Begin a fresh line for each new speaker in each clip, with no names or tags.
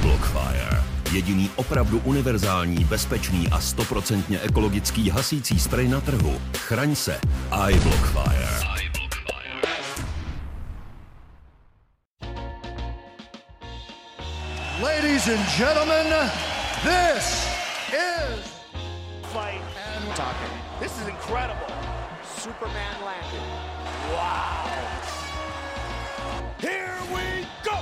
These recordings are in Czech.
iBlockFire. Jediný opravdu univerzální, bezpečný a 100% ekologický hasící sprej na trhu. Chraň se. iBlockFire.
Ladies and gentlemen, this is
fight and talking. This is incredible. Superman landed. Wow. Here we go.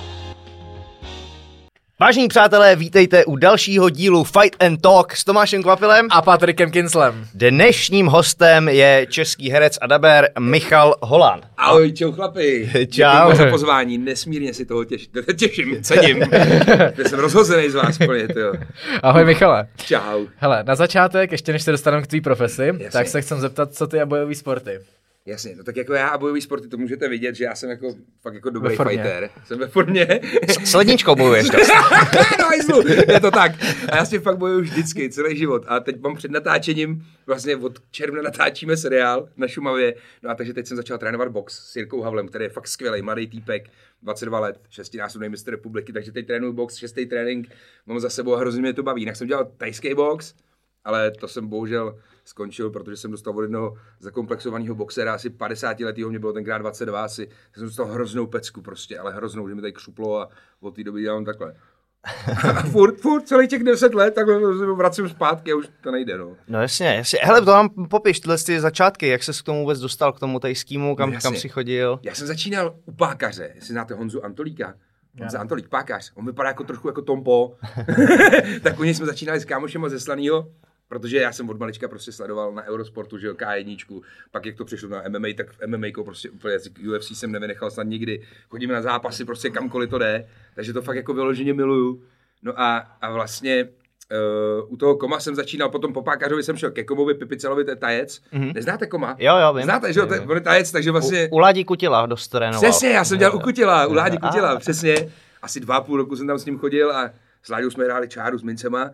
Vážení přátelé, vítejte u dalšího dílu Fight and Talk s Tomášem Kvapilem
a Patrikem Kinslem.
Dnešním hostem je český herec a dabér Michal Holan.
Ahoj, čau chlapi.
Čau.
Děkuji za pozvání, nesmírně si toho těším, cením. Jsem rozhozený z vás plně, jo.
Ahoj Michale.
Čau.
Hele, na začátek, ještě než se dostaneme k tvý profesi,
Jasně.
tak se chcem zeptat, co ty a bojový sporty.
Jasně, no tak jako já a bojový sporty, to můžete vidět, že já jsem jako fakt jako dobrý fighter. Jsem ve formě.
S ledničkou bojuješ dost.
No, je to tak. A já s tím fakt bojuju vždycky, celý život. A teď mám před natáčením, vlastně od června natáčíme seriál na Šumavě. No a takže teď jsem začal trénovat box s Jirkou Havlem, který je fakt skvělý, mladý týpek, 22 let, 6násobný mistr republiky, takže teď trénuju box, 6. trénink, mám za sebou a hrozně mě to baví. Jinak jsem dělal thajský box, ale to jsem bohužel skončil, protože jsem dostal od jednoho zakomplexovaného boxera, asi 50 letýho, mě bylo tenkrát 22 asi, jsem dostal hroznou pecku prostě, ale hroznou, že mi tady křuplo a od té doby dělám takhle. A furt celý těch 10 let, takhle vracím zpátky a už to nejde, no.
No jasně. Hele, to vám popiš, tyhle ty začátky, jak ses k tomu vůbec dostal, k tomu tajskému, kam jsi chodil?
Já jsem začínal u pákaře, jestli znáte Honzu Antolíka. Honza Antolík, pákař, on vypadá jako trošku jako Tompo. Tak u něj jsme začínali s kámošem ze Slanýho, protože já jsem od malička prostě sledoval na Eurosportu, že jo, K1, pak jak to přišlo na MMA, tak v MMA prostě úplně UFC jsem nevynechal snad nikdy. Chodíme na zápasy prostě kamkoliv to jde, takže to fakt jako vyloženě miluju. No a vlastně u toho Koma jsem začínal, potom po pákařovi jsem šel ke Komovi, Pipicelovi, to je tajec. Mm-hmm. Neznáte Koma?
Jo, vím.
Znáte, že jo, on je tajec, takže vlastně...
U Ládí Kutila dost trénoval.
Přesně, já jsem dělal u Kutila, u Ládí Kutila, přesně. Asi 2,5 roku jsem tam s ním chodil a s Láďou jsme hráli čáru s mincema.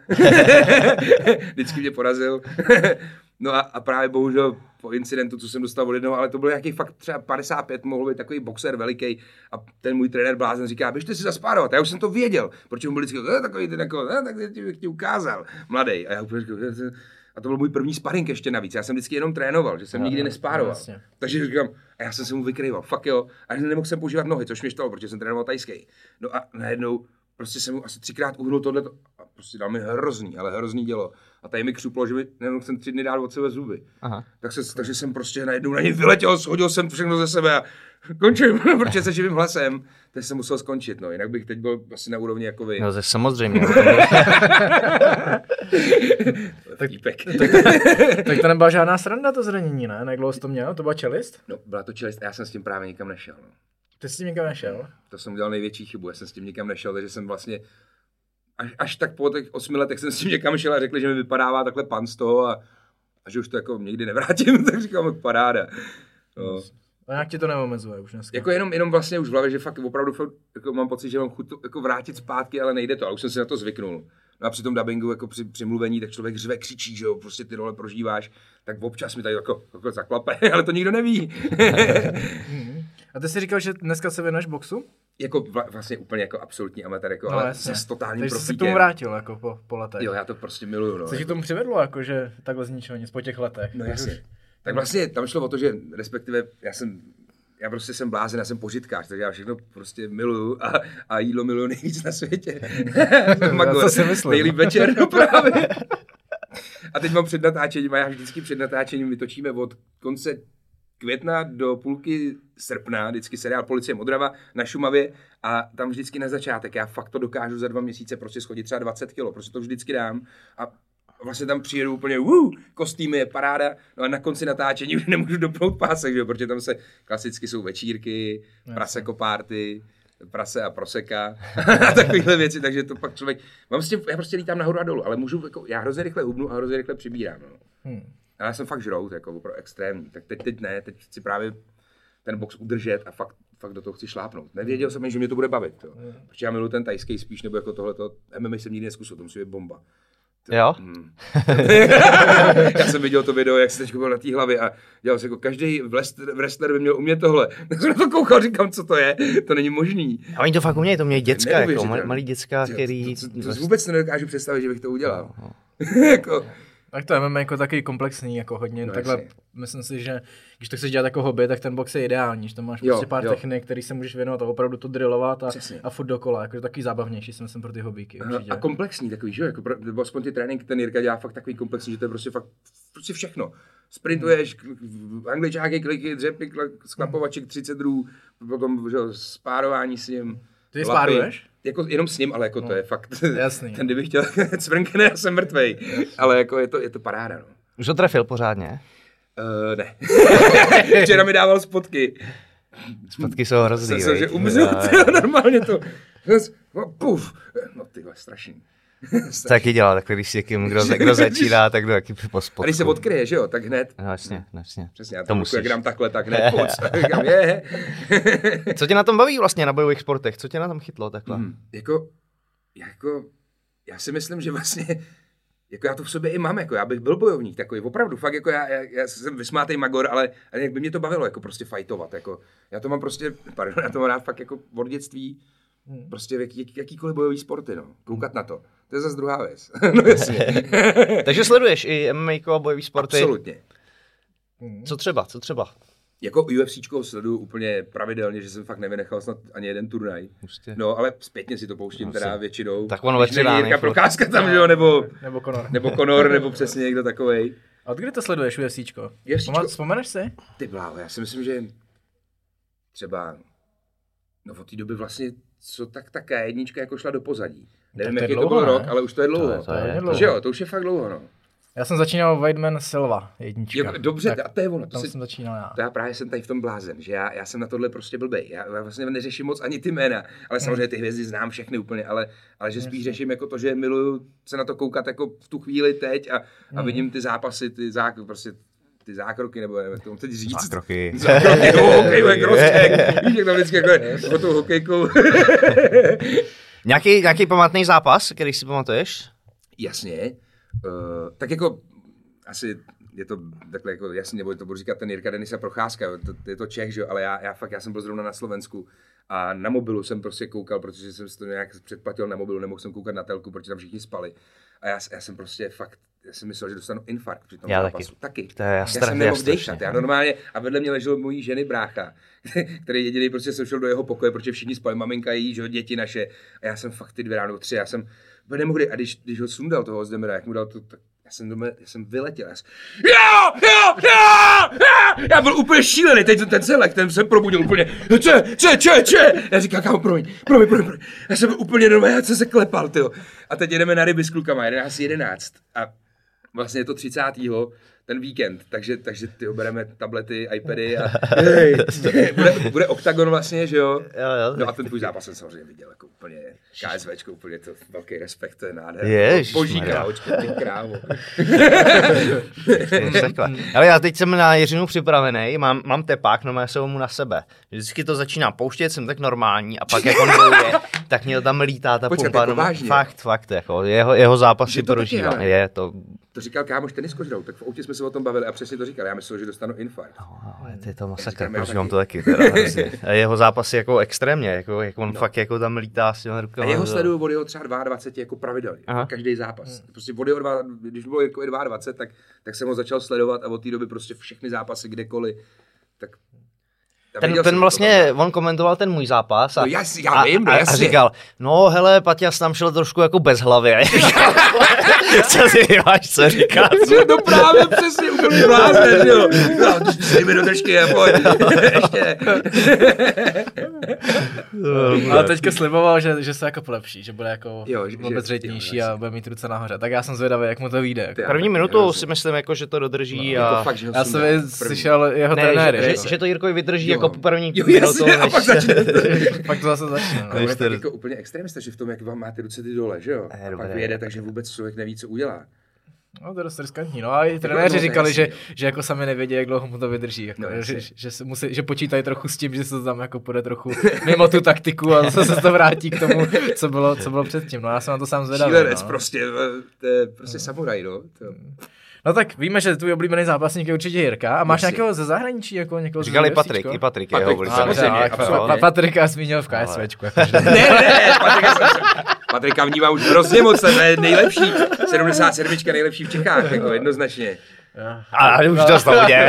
Vždycky mě porazil. No a právě bohužel po incidentu, co jsem dostal od jednoho, ale to byl nějaký fakt třeba 55, mohl být takový boxer veliký a ten můj trenér blázen říká, běžte si zaspárovat. Já už jsem to věděl, protože on byl vždycky takový ten jako, tak bych ti ukázal, mladý. A já úplně říkal, a to byl můj první sparring ještě navíc. Já jsem vždycky jenom trénoval, že jsem nikdy nespároval. Vlastně. Takže říkám, a já jsem se mu vykrýval, fakt jo. A nemohl jsem používat nohy, což mě štalo, protože jsem trénoval tajský. No a najednou prostě jsem mu asi 3krát uhnul tohleto a prostě dal mi hrozný dělo. A tady mi křuplo, že mi nemohl jsem 3 dny dát od sebe zuby. Aha. Takže jsem prostě najednou na něj vyletěl, shodil jsem všechno ze sebe a končím, protože se živým hlasem. Teď jsem musel skončit, no, jinak bych teď byl asi na úrovni jako vy.
No, samozřejmě.
Tak to nebyla žádná sranda to zranění, ne? Jak dlouho jsi to měl? To byla čelist?
No, byla to čelist a já jsem s tím právě nikam nešel. No.
Ty jsi s tím nikam nešel?
To jsem udělal největší chybu, já jsem s tím nikam nešel, takže jsem vlastně až tak po těch 8 letech jsem s tím někam šel a řekli, že mi vypadává takhle pan z toho a že už to jako nikdy nevrátím, tak říkám, paráda. No.
A jak ti to neomezuje už dneska?
Jako jenom vlastně už v hlavě, že fakt opravdu jako mám pocit, že mám chuť to jako vrátit zpátky, ale nejde to, ale už jsem si na to zvyknul. No a při tom dabingu, jako při mluvení, tak člověk řve, křičí, že jo, prostě ty role prožíváš, tak občas mi tady jako zaklape, ale to nikdo neví.
A ty jsi říkal, že dneska se věnuješ boxu?
Jako vlastně úplně jako absolutní amatér, jako, ale s totálním
profíkem. Takže jsi
profíkem.
k tomu vrátil jako po letech.
Jo, já to prostě miluju. No.
Co ti tomu přivedlo, jako, že takhle z ničeho nic po těch letech?
No jasně. Tak vlastně tam šlo o to, že respektive já prostě jsem blázen, já jsem požitkář, takže já všechno prostě miluju a jídlo miluju nejvíc na světě.
To si myslím.
Nejlíp večer, no právě. A teď mám před natáčením a já vždycky před natáčením vytočíme od konce května do půlky srpna, vždycky seriál Policie Modrava na Šumavě a tam vždycky na začátek, já fakt to dokážu za 2 měsíce prostě schodit třeba 20 kg, prostě to vždycky dám a vlastně tam přijedu úplně, kostýmy je paráda, no a na konci natáčení už nemůžu dopnout pásek, že? Protože tam se klasicky jsou večírky, praseko party, prase a proseka a takovéhle věci, takže to pak člověk, já prostě lítám nahoru a dolů, ale můžu, jako, já hrozně rychle hubnu a hrozně rychle přibírám, no. Ale já jsem fakt žrout, jako opravdu extrémní, tak teď ne, teď chci právě ten box udržet a fakt do toho chci šlápnout. Nevěděl jsem, že mě to bude bavit, jo. Protože já miluji ten tajský spíš, nebo jako tohleto, MMA jsem nikdy neskusil, to musí být bomba.
Jo?
Já jsem viděl to video, jak se teď byl na té hlavě a dělal se jako každý wrestler by měl umět tohle. Tak jsem na to koukal, říkám, co to je, to není možný.
A oni to fakt umějí, to mějí děcka, jako malý děcka, který...
To vůbec nedokážu představit, že bych to udělal. Jako...
Tak to MMA jako taky komplexní, jako hodně,
No,
takhle
jasně.
myslím si, že když to chceš dělat jako hobby, tak ten box je ideální, že tam máš prostě pár technik, který se můžeš věnovat a opravdu to drillovat a furt dokola, jako taky zábavnější jsem pro ty hobbyky určitě.
A komplexní takový, že jo, jako aspoň ty trénink, ten Jirka dělá fakt takový komplexní, že to je prostě fakt prostě všechno. Sprintuješ, angličáky, kliky, dřepy, sklapovaček 30 druhů, potom že, spárování s ním.
Ty spáruješ?
Jako jenom s ním, ale jako to je fakt,
jasný.
Ten kdybych chtěl cvrnkne, já jsem mrtvej, ale jako je to paráda, no.
Už to trefil pořádně?
Ne. Včera mi dával spotky.
Spotky jsou hrozný,
Jsem že umřel, normálně to. Puf. No tyhle, strašný.
Taky dělá takhle, když si někým, kdo začíná, tak jdo taky po spotku.
A když se odkryje, že jo, tak hned.
No, jasně.
Přesně, já to musíš. Jak dám takhle, tak hned pojď.
Co tě na tom baví vlastně na bojových sportech? Co tě na tom chytlo takhle?
Jako, já si myslím, že vlastně, jako já to v sobě i mám, jako já bych byl bojovník takový, opravdu, fakt jako já jsem vysmátej magor, ale jak by mě to bavilo, jako prostě fightovat, jako já to mám prostě, já to mám rád fakt jako od dětství, prostě jakýkoliv bojový sporty, no, koukat na to. To je zase druhá věc. No jasně.
Takže sleduješ i MMA a bojový sporty?
Absolutně.
Co třeba?
Jako UFCčko sleduju úplně pravidelně, že jsem fakt nevynechal snad ani jeden turnaj. No, ale zpětně si to pouštím teda většinou.
Tak ono večer
Jirka Procházka tam, že jo, nebo Conor, nebo přesně někdo takovej.
A od kdy to sleduješ UFCčko? Vzpomeneš si?
Ty bláho, já si myslím, že třeba od té doby vlastně, co tak ta K1 jako šla do pozadí. Nevím, jaký to byl rok, ale už to je dlouho.
To
jo, to už je fakt dlouho, no.
Já jsem začínal Weidman Silva, 1.
Jo, dobře, a to je ono.
Tam jsem začínal já.
To já právě jsem tady v tom blázen, že já jsem na tohle prostě blbej. Já vlastně neřeším moc ani ty jména, ale samozřejmě ty hvězdy znám všechny úplně, ale že spíš řeším jako to, že miluju se na to koukat jako v tu chvíli teď a vidím ty zápasy, ty zákroky, nebo nevím, to teď říct.
Zákroky,
hokejové krostek, víš, jak tam vždycky jako o tou hokejkou.
Nějaký památný zápas, který si pamatuješ?
Jasně. Tak jako asi je to takhle jako jasně, nebo to budu říkat ten Jirka Denisa Procházka, je to Čech, že jo, ale já jsem byl zrovna na Slovensku a na mobilu jsem prostě koukal, protože jsem si to nějak předplatil na mobilu, nemohl jsem koukat na telku, protože tam všichni spali. A já jsem prostě fakt, já jsem myslel, že dostanu infarkt při tom zápasu. Taky. Já jsem nemohl dejchat, já normálně, a vedle mě ležel mojí ženy brácha, který jediný prostě jsem šel do jeho pokoje, protože všichni spali, maminka jí, že děti naše, a já jsem fakt ty 2 ráno 3, já jsem nemohl, a když ho sundal toho Zdemira, jak mu dal to, tak já jsem vyletěl. Já byl úplně šílený, teď ten celek, ten se probudil úplně, če. Já říkám, kámo, promiň. Já jsem byl úplně normálně, já jsem se klepal, tyjo. A teď jedeme na ryby s klukama, 11 a vlastně je to 30. ten víkend, takže tyjo, bereme tablety, iPady a bude oktagon vlastně, že jo? No a ten tvůj zápas jsem samozřejmě viděl, jako úplně KSVčko, úplně to velký respekt, to je nádherný. Boží krávočko, ty krávo.
Ale já teď jsem na Jiřinu připravený, mám tepák, no já jsem mu na sebe. Vždycky to začíná pouštět, jsem tak normální a pak jak on bojuje, tak mě tam lítá ta pumpa.
Jako
fakt, jako jeho zápas si prožívám.
To říkal kámoš Tenis Kožrou, tak v autě jsme se o tom bavili a přesně to říkal, já myslel, že dostanu infarkt.
No, ale to je to masakr, prožívám to taky. A jeho zápasy jako extrémně, jak on fakt jako tam lítá s těmi rukama.
A jeho sleduju od jeho třeba 22 jako pravidelně, každý zápas. Prostě od jeho když bylo jako 22, tak jsem ho začal sledovat a od té doby prostě všechny zápasy kdekoliv, tak
ten vlastně, on komentoval ten můj zápas a říkal, no hele, Paťas tam šel trošku jako bez hlavy. Co ty máš, co říkat?
No právě přesně, úplně blázne, že jo. No, když mi do držky a pojď, ještě.
Ale teďka sliboval, že se jako polepší, že bude jako obezřetnější a bude mít ruce nahoře. Tak já jsem zvědavý, jak mu to vyjde.
První minutu si myslím, jako, že to dodrží.
Já jsem slyšel jeho trenéry.
Že to Jirkovi vydrží jako první minutu.
A pak začne.
Pak to zase začne.
To je tak jako úplně extrémista, že v tom, jak vám máte ruce ty dole, že jo? A pak vyjede, takže vůbec člověk neví, co udělá.
No, to je dost riskantní. No a i trenéři říkali, že jako sami nevědí, jak dlouho mu to vydrží. Jako, že počítají trochu s tím, že se to tam jako půjde trochu mimo tu taktiku a zase se to vrátí k tomu, co bylo předtím. No já jsem na to sám zvědavý.
Šílenec, prostě, to je prostě samuraj, no.
No tak víme, že tvůj oblíbený zápasník je určitě Jirka. A máš nějakého ze zahraničí, jako někoho z
Říkali Patrik, i Patrik je jeho oblíbený.
Patrika zmínil v KSVčku.
Ne, Patrika vnímám už hrozně moc, to je nejlepší. 77. nejlepší v Čechách, jako jednoznačně.
A už to stouně.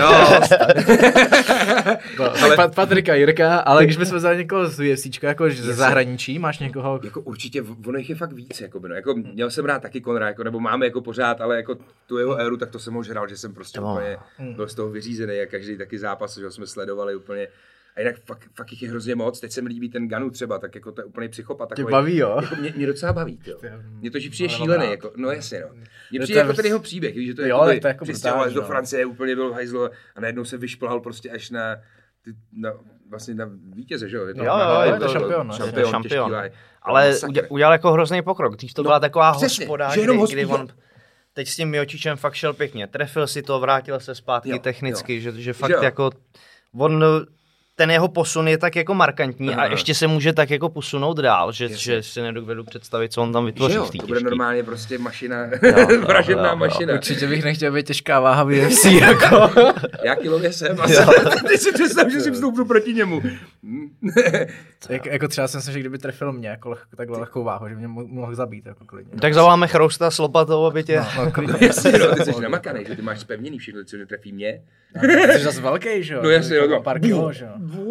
No, Patrika, Jirka, ale když bychom vzali někoho z UFCčka, jako ze zahraničí, máš někoho?
Jako určitě, ono jich je fakt víc, jako měl jsem rád taky Conora, jako, nebo máme jako pořád, ale jako tu jeho éru, tak to jsem ho žral, že jsem prostě úplně byl z toho vyřízený a každý taky zápas, že jsme sledovali úplně. A jinak fakt jich je hrozně moc. Teď se mi líbí ten Ganu třeba, tak jako to je úplný psychopat.
Tě baví, jo?
Jako mě docela baví, jo. Mě to přijde šílený, jako, no jasně, no. Mně přijde jako ten jeho příběh, víš, že to je jako přistěhoval do Francie, úplně byl v hajzlu a najednou se vyšplhal prostě až na vlastně na vítěze, že jo?
Je to šampion.
Ale udělal jako hrozný pokrok. Když to byla taková hospoda, kdy on teď s tím Miocičem fakt šel pěkně. Trefil si to, vrátil se zpátky technicky, že fakt jako on... Ten jeho posun je tak jako markantní a ještě se může tak jako posunout dál, že si nedovedu představit, co on tam vytvoří v té
to bude normálně prostě mašina, vražedná mašina.
Určitě bych nechtěl být těžká váha v UFC, jako.
Já kilově jsem, teď si představ, že si vstoupnu proti němu.
Jako třeba jsem si, že kdyby trefil mě jako takhle lehkou váhu, že mě mohl zabít jako klidně.
Tak zavoláme Chrousta s lopatou, aby tě...
Jasně, ty jsi namakanej, že ty máš spevněný všechno, co netrefí mě.
Ty jsi zase velký, že jo?
No jasně,
pár kilo, že jo?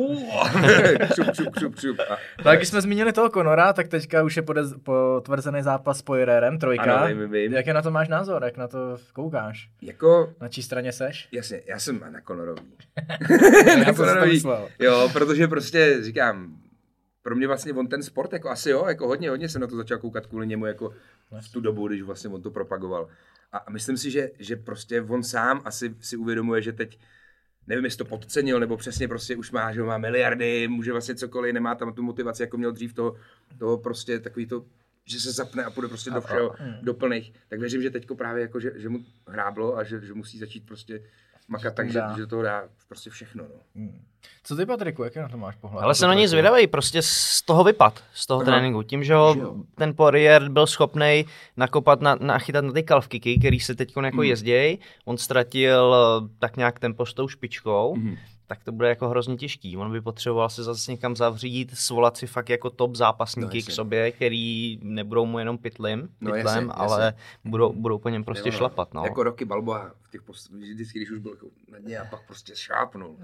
Křup.
Tak když jsme zmínili toho Conora, tak teďka už je potvrzený zápas s Poirierem, 3.
Ano, vím.
Jaký na to máš názor, jak na to koukáš?
Jako...
Na čí straně seš?
Jasně, já jsem na Conorový.
Na Conorový.
Jo, protože prostě říkám, pro mě vlastně on ten sport, jako asi jo, jako hodně jsem na to začal koukat kvůli němu, jako v tu dobu, když vlastně on to propagoval. A myslím si, že prostě on sám asi si uvědomuje, že teď nevím, jestli to podcenil, nebo přesně prostě už má, že má miliardy, může vlastně cokoliv, nemá tam tu motivaci, jako měl dřív toho prostě takový to, že se zapne a půjde prostě do všeho, do plných. Tak věřím, že teďko právě jako, že mu hráblo a že musí začít prostě makat tak, že do toho dá prostě všechno. No.
Co ty, Patriku, jaký na to máš pohled?
Ale se na něj zvědavej, prostě z toho vypad, z toho tréninku. Tím, že ho ten Poirier byl schopnej nakopat, nachytat na ty calf kicky, který se teď jako jezdějí. On ztratil tak nějak tempo s tou špičkou. Tak to bude jako hrozně těžký. On by potřeboval se zase někam zavřít, svolat si fakt jako top zápasníky k sobě, který nebudou mu jenom pytlem, ale budou po něm prostě šlapat. No.
Jako Rocky Balboa v těch vždycky, když už byl na dně a pak prostě šápnul.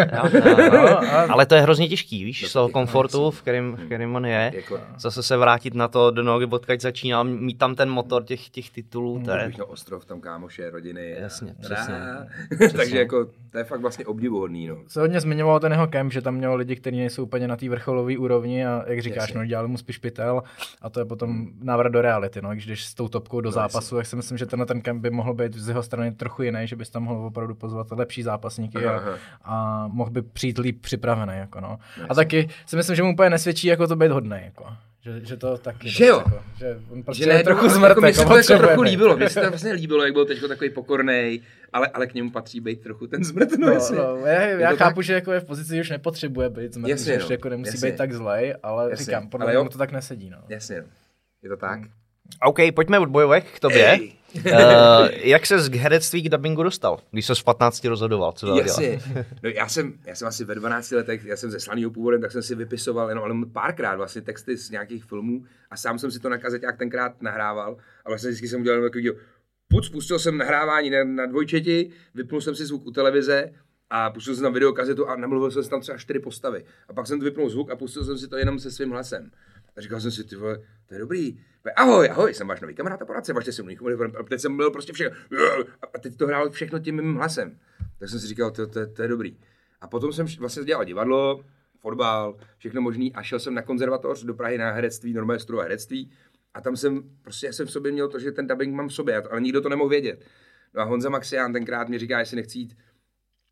Ale to je hrozně těžký, víš, z toho komfortu, v kterém on je. Zase se vrátit na to do nohy, odkud začínal, mít tam ten motor těch titulů.
Bych na ostrov, tam kámoše, rodiny.
Jasně, přesně.
Takže jako to je fakt vlastně obdivuhodný. No.
Se hodně zmiňoval ten jeho kemp, že tam mělo lidi, kteří nejsou úplně na té vrcholové úrovni a jak říkáš, dělali mu spíš pytel a to je potom návrat do reality, no, když jdeš s tou topkou do zápasu, tak si myslím, že ten kemp by mohl být z jeho strany trochu jiný, že bys tam mohl opravdu pozvat lepší zápasníky a mohl by přijít líp připravený, jako no. A taky si myslím, že mu úplně nesvědčí, jako to být hodnej, jako. Že to taky.
Že jo.
Jako, že on prostě že ne, je trochu zmrt.
Mně se to jako trochu líbilo. Mně se to vlastně líbilo, jak byl teď takový pokornej, ale k němu patří být trochu ten zmrt.
Já chápu, že jako je v pozici, že už nepotřebuje být zmrt, že už jako nemusí být tak zlej, ale říkám, podle mě to tak nesedí. No.
Jasně, je to tak.
OK, pojďme od bojovek k tobě. Jak ses k herectví, k dabingu dostal, když ses v 15 rozhodoval? Co to dělat?
No, já jsem asi ve 12 letech, já jsem ze Slaného původem, tak jsem si vypisoval jenom párkrát vlastně texty z nějakých filmů a sám jsem si to na kazeťák tenkrát nahrával a vlastně vždycky jsem udělal takový spustil jsem nahrávání na dvojčeti, vypnul jsem si zvuk u televize a pustil jsem tam videokazetu a namluvil jsem si tam třeba 4 postavy. A pak jsem to vypnul zvuk a pustil jsem si to jenom se svým hlasem. A říkal jsem si, ty vole, to je dobrý. Ahoj, jsem váš nový kamarád a poradce, vašte si mnou. A teď jsem byl prostě všechno. A teď to hrál všechno tím mým hlasem. Tak jsem si říkal, to je dobrý. A potom jsem vlastně dělal divadlo, fotbal, všechno možný a šel jsem na konzervatoř do Prahy na herectví, normální studové herectví. A tam jsem v sobě měl to, že ten dubbing mám v sobě, ale nikdo to nemohl vědět. No a Honza Maxián tenkrát mi říká, jestli nechci jít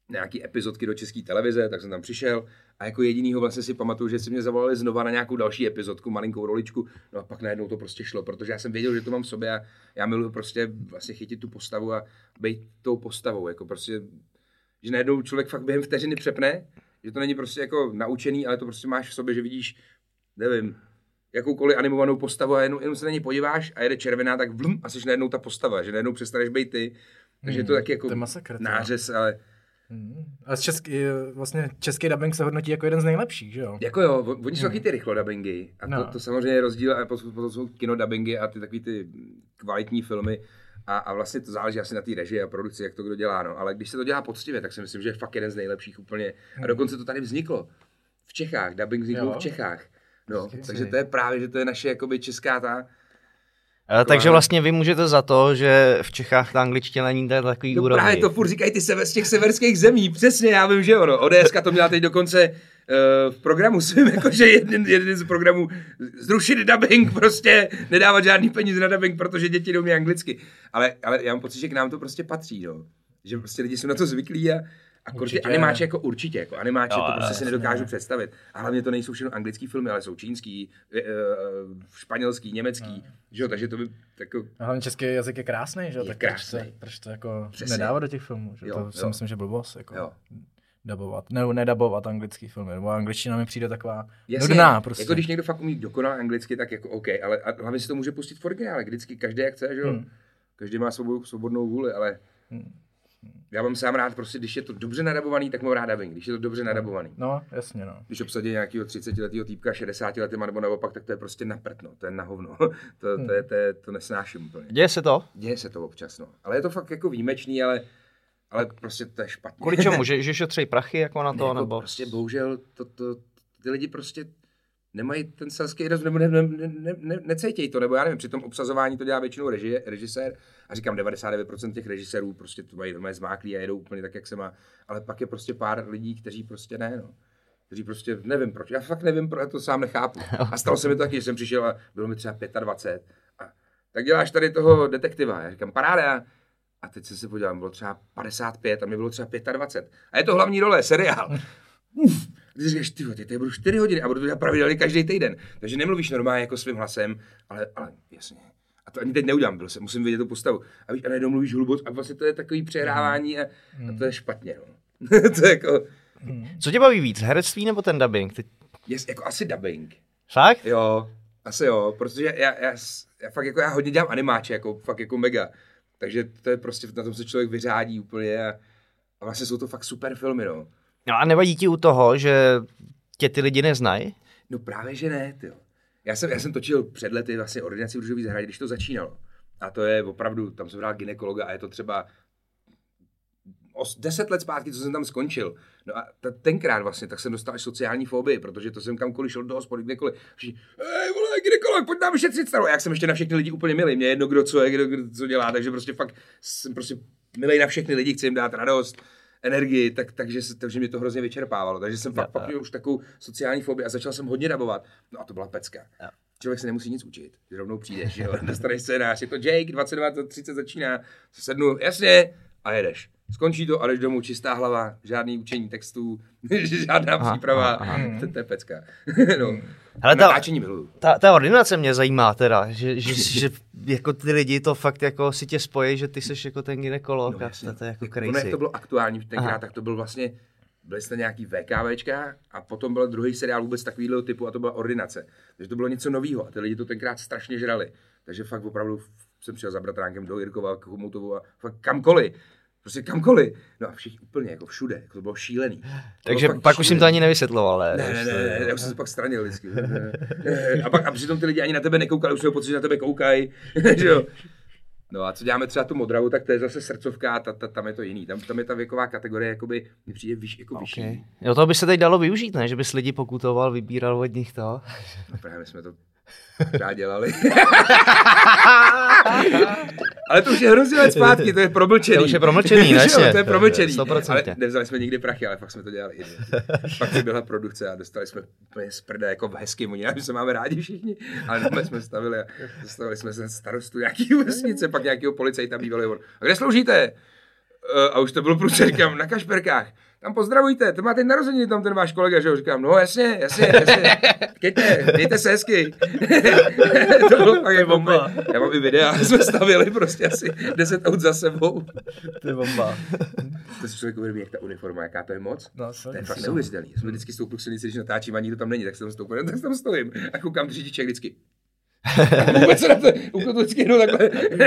nějaký epizodky do České televize, tak jsem tam přišel a jako jedinýho vlastně si pamatuju, že si mě zavolali znova na nějakou další epizodku, malinkou roličku, no a pak najednou to prostě šlo, protože já jsem věděl, že to mám v sobě a já miluji prostě vlastně chytit tu postavu a být tou postavou, jako prostě, že najednou člověk fakt během vteřiny přepne, že to není prostě jako naučený, ale to prostě máš v sobě, že vidíš, nevím, jakoukoliv animovanou postavu a jenom se na ní podíváš a jede červená, tak vlum a jsi najednou ta postava, že najednou přestaneš být ty, takže je to taky jako nářez, ale...
A vlastně český dubbing se hodnotí jako jeden z nejlepších, že jo?
Jako jo, oni jsou taky ty rychlo dubbingy a to samozřejmě je rozdíl, a potom jsou kino dubbingy a ty takový ty kvalitní filmy a vlastně to záleží asi na té režii a produkci, jak to kdo dělá, no. Ale když se to dělá poctivě, tak si myslím, že je fakt jeden z nejlepších úplně a dokonce to tady vzniklo v Čechách, dubbing vznikl v Čechách, no, takže to je právě, že to je naše jakoby česká ta...
Takže vlastně vy můžete za to, že v Čechách ta angličtina není takový úrovni.
Právě to furt říkají ty z těch severských zemí, přesně, já vím, že jo, no. ODSka to měla teď dokonce v programu svým, jakože jeden z programů zrušit dubbing, prostě nedávat žádný peníze na dubbing, protože děti neumí anglicky. Ale já mám pocit, že k nám to prostě patří, no. Že prostě lidi jsou na to zvyklí a animáči jako určitě, jako animáči to prostě si nedokážu představit. A hlavně to nejsou všechno anglický filmy, ale jsou čínský, španělský, německý, že jo, takže to by jako...
A hlavně český jazyk je krásný, že jo, tak
krásný.
Proč to jako nedávat do těch filmů, že
jo,
to si myslím, že blbost, jako
jo.
Dabovat, nebo nedabovat anglický filmy, nebo angličtina mi přijde taková nudná prostě.
Jako když někdo fakt umí dokonale anglicky, tak jako OK, ale hlavně si to může pustit v originále, vždycky každý jak chce, že jo, každý má svobodnou vůli, ale... Já mám sám rád, prostě, když je to dobře nadabovaný, tak mám rád dubbing, když je to dobře nadabovaný.
No, jasně, no.
Když obsadí nějakého 30letého týpka 60 letýma nebo naopak, tak to je prostě na prd, no. To je na hovno. To nesnáším úplně.
Děje se to?
Děje se to občas, no. Ale je to fakt jako výjimečný, ale prostě to je špatně.
Kvůli čemu? Že šetří prachy jako na to,
jako
nebo?
Prostě bohužel ty lidi prostě nemají ten selský rozum, nebo necejtějí to, nebo já nevím, při tom obsazování to dělá většinou režisér a říkám 99% těch režisérů prostě to mají zmáklí a jedou úplně tak, jak se má, ale pak je prostě pár lidí, kteří prostě ne, no. Kteří prostě nevím proč, já fakt nevím, proč, já to sám nechápu. A stalo se mi to taky, že jsem přišel a bylo mi třeba 25 a tak děláš tady toho detektiva, já říkám paráda. A teď jsem se podíval, bylo třeba 55 a mě bylo třeba 25. A je to hlavní role, seriál. Ty říkáš, ty tady budu 4 hodiny a budu to dělat pravidelně každý týden. Takže nemluvíš normálně jako svým hlasem, ale jasně. A to ani teď neudělám, musím vidět tu postavu. A najednou mluvíš hluboce a vlastně to je takový přehrávání a to je špatně. No. To je jako...
Co tě baví víc, herectví nebo ten dubbing?
Jako asi dubbing.
Fakt?
Jo, asi jo, protože já fakt jako já hodně dělám animáče, jako fakt jako mega. Takže to je prostě, na tom se člověk vyřádí úplně a vlastně jsou to fakt super filmy, no.
No a nevadí ti u toho, že tě ty lidi neznají?
No právě, že ne, tyjo. Já jsem točil před lety vlastně Ordinaci v růžové zahradě, když to začínalo. A to je opravdu, tam jsem hrál gynekologa a je to třeba 10 let zpátky, co jsem tam skončil. No a tenkrát vlastně, tak jsem dostal až sociální fobii, protože to jsem kamkoliv šel do hospody, kdekoliv. Všichni, hej, vole, gynekolog, pojď nám vyšetřit starou. A jak jsem ještě na všechny lidi úplně milý, mě jedno, kdo co je, kdo co dělá, takže prostě fakt jsem prostě milej na všechny lidi, chci jim dát radost, energii, takže mě to hrozně vyčerpávalo. Takže jsem fakt už takovou sociální fobii a začal jsem hodně dabovat. No a to byla pecka. Ja. Člověk se nemusí nic učit, že rovnou přijdeš, že jo, dostaneš scénář, je to Jake, 22:30 začíná, sednu, jasně, a jedeš. Skončí to a jdeš domů, čistá hlava, žádný učení textů, žádná příprava, to je pecka. No.
Hele,
natáčení miluju.
Ta ordinace mě zajímá teda, že jako ty lidi to fakt jako si tě spojí, že ty jsi jako ten gynekolog a to je jako crazy.
Ono, jak to bylo aktuální tenkrát, tak to byl vlastně, byly jste nějaký VKVčka a potom byl druhý seriál vůbec takovýhle typu a to byla Ordinace. Takže to bylo něco novýho a ty lidi to tenkrát strašně žrali. Takže fakt opravdu jsem přijel za bratránkem do Jirkova, k Chomutovu a fakt kamkoliv. Prostě kamkoliv. No a všichni úplně, jako všude, jako to bylo šílený.
Takže pak už jim to ani nevysvětloval, ale...
Ne, já už jsem se pak stranil vždycky. A přitom ty lidi ani na tebe nekoukali, už měl pocit, že na tebe koukají. No a co děláme třeba tu Modravu, tak to je zase srdcovka, tam je to jiný. Tam je ta věková kategorie, jakoby, mi přijde vyšší.
Jo, to by se teď dalo využít, ne? Že bys lidi pokutoval, vybíral od nich to.
No právě jsme to pořád dělali. Ale to už je hrozně let zpátky, to je promlčený.
To už je promlčený, ne?
To je promlčený.
100%.
Ale nevzali jsme nikdy prachy, ale fakt jsme to dělali. Pak to byla produkce a dostali jsme úplně z prda jako v hezkým, oni se máme rádi všichni, ale doma jsme stavili a dostali jsme se starostu nějaký vesnice, pak nějakého policajta bývalého. A kde sloužíte? A už to bylo průce, říkám, na Kašperkách. Tam pozdravujte, to má teď narozeniny tam ten váš kolega, že jo? Říkám, no jasně. Mějte se hezky. To bylo fakt jak bomba. Já mám i videa, jsme stavili prostě asi 10 aut za sebou.
To je bomba.
To si člověk uvědomí, jak ta uniforma, jaká to je moc.
No,
to je fakt neuvěřitelný. Jsme vždycky stoupil k silnici, když natáčím a nikdo tam není, tak jsem stoupil, tak tam stojím. A koukám řidiče vždycky. Vůbec se na to vždycky jednou takhle.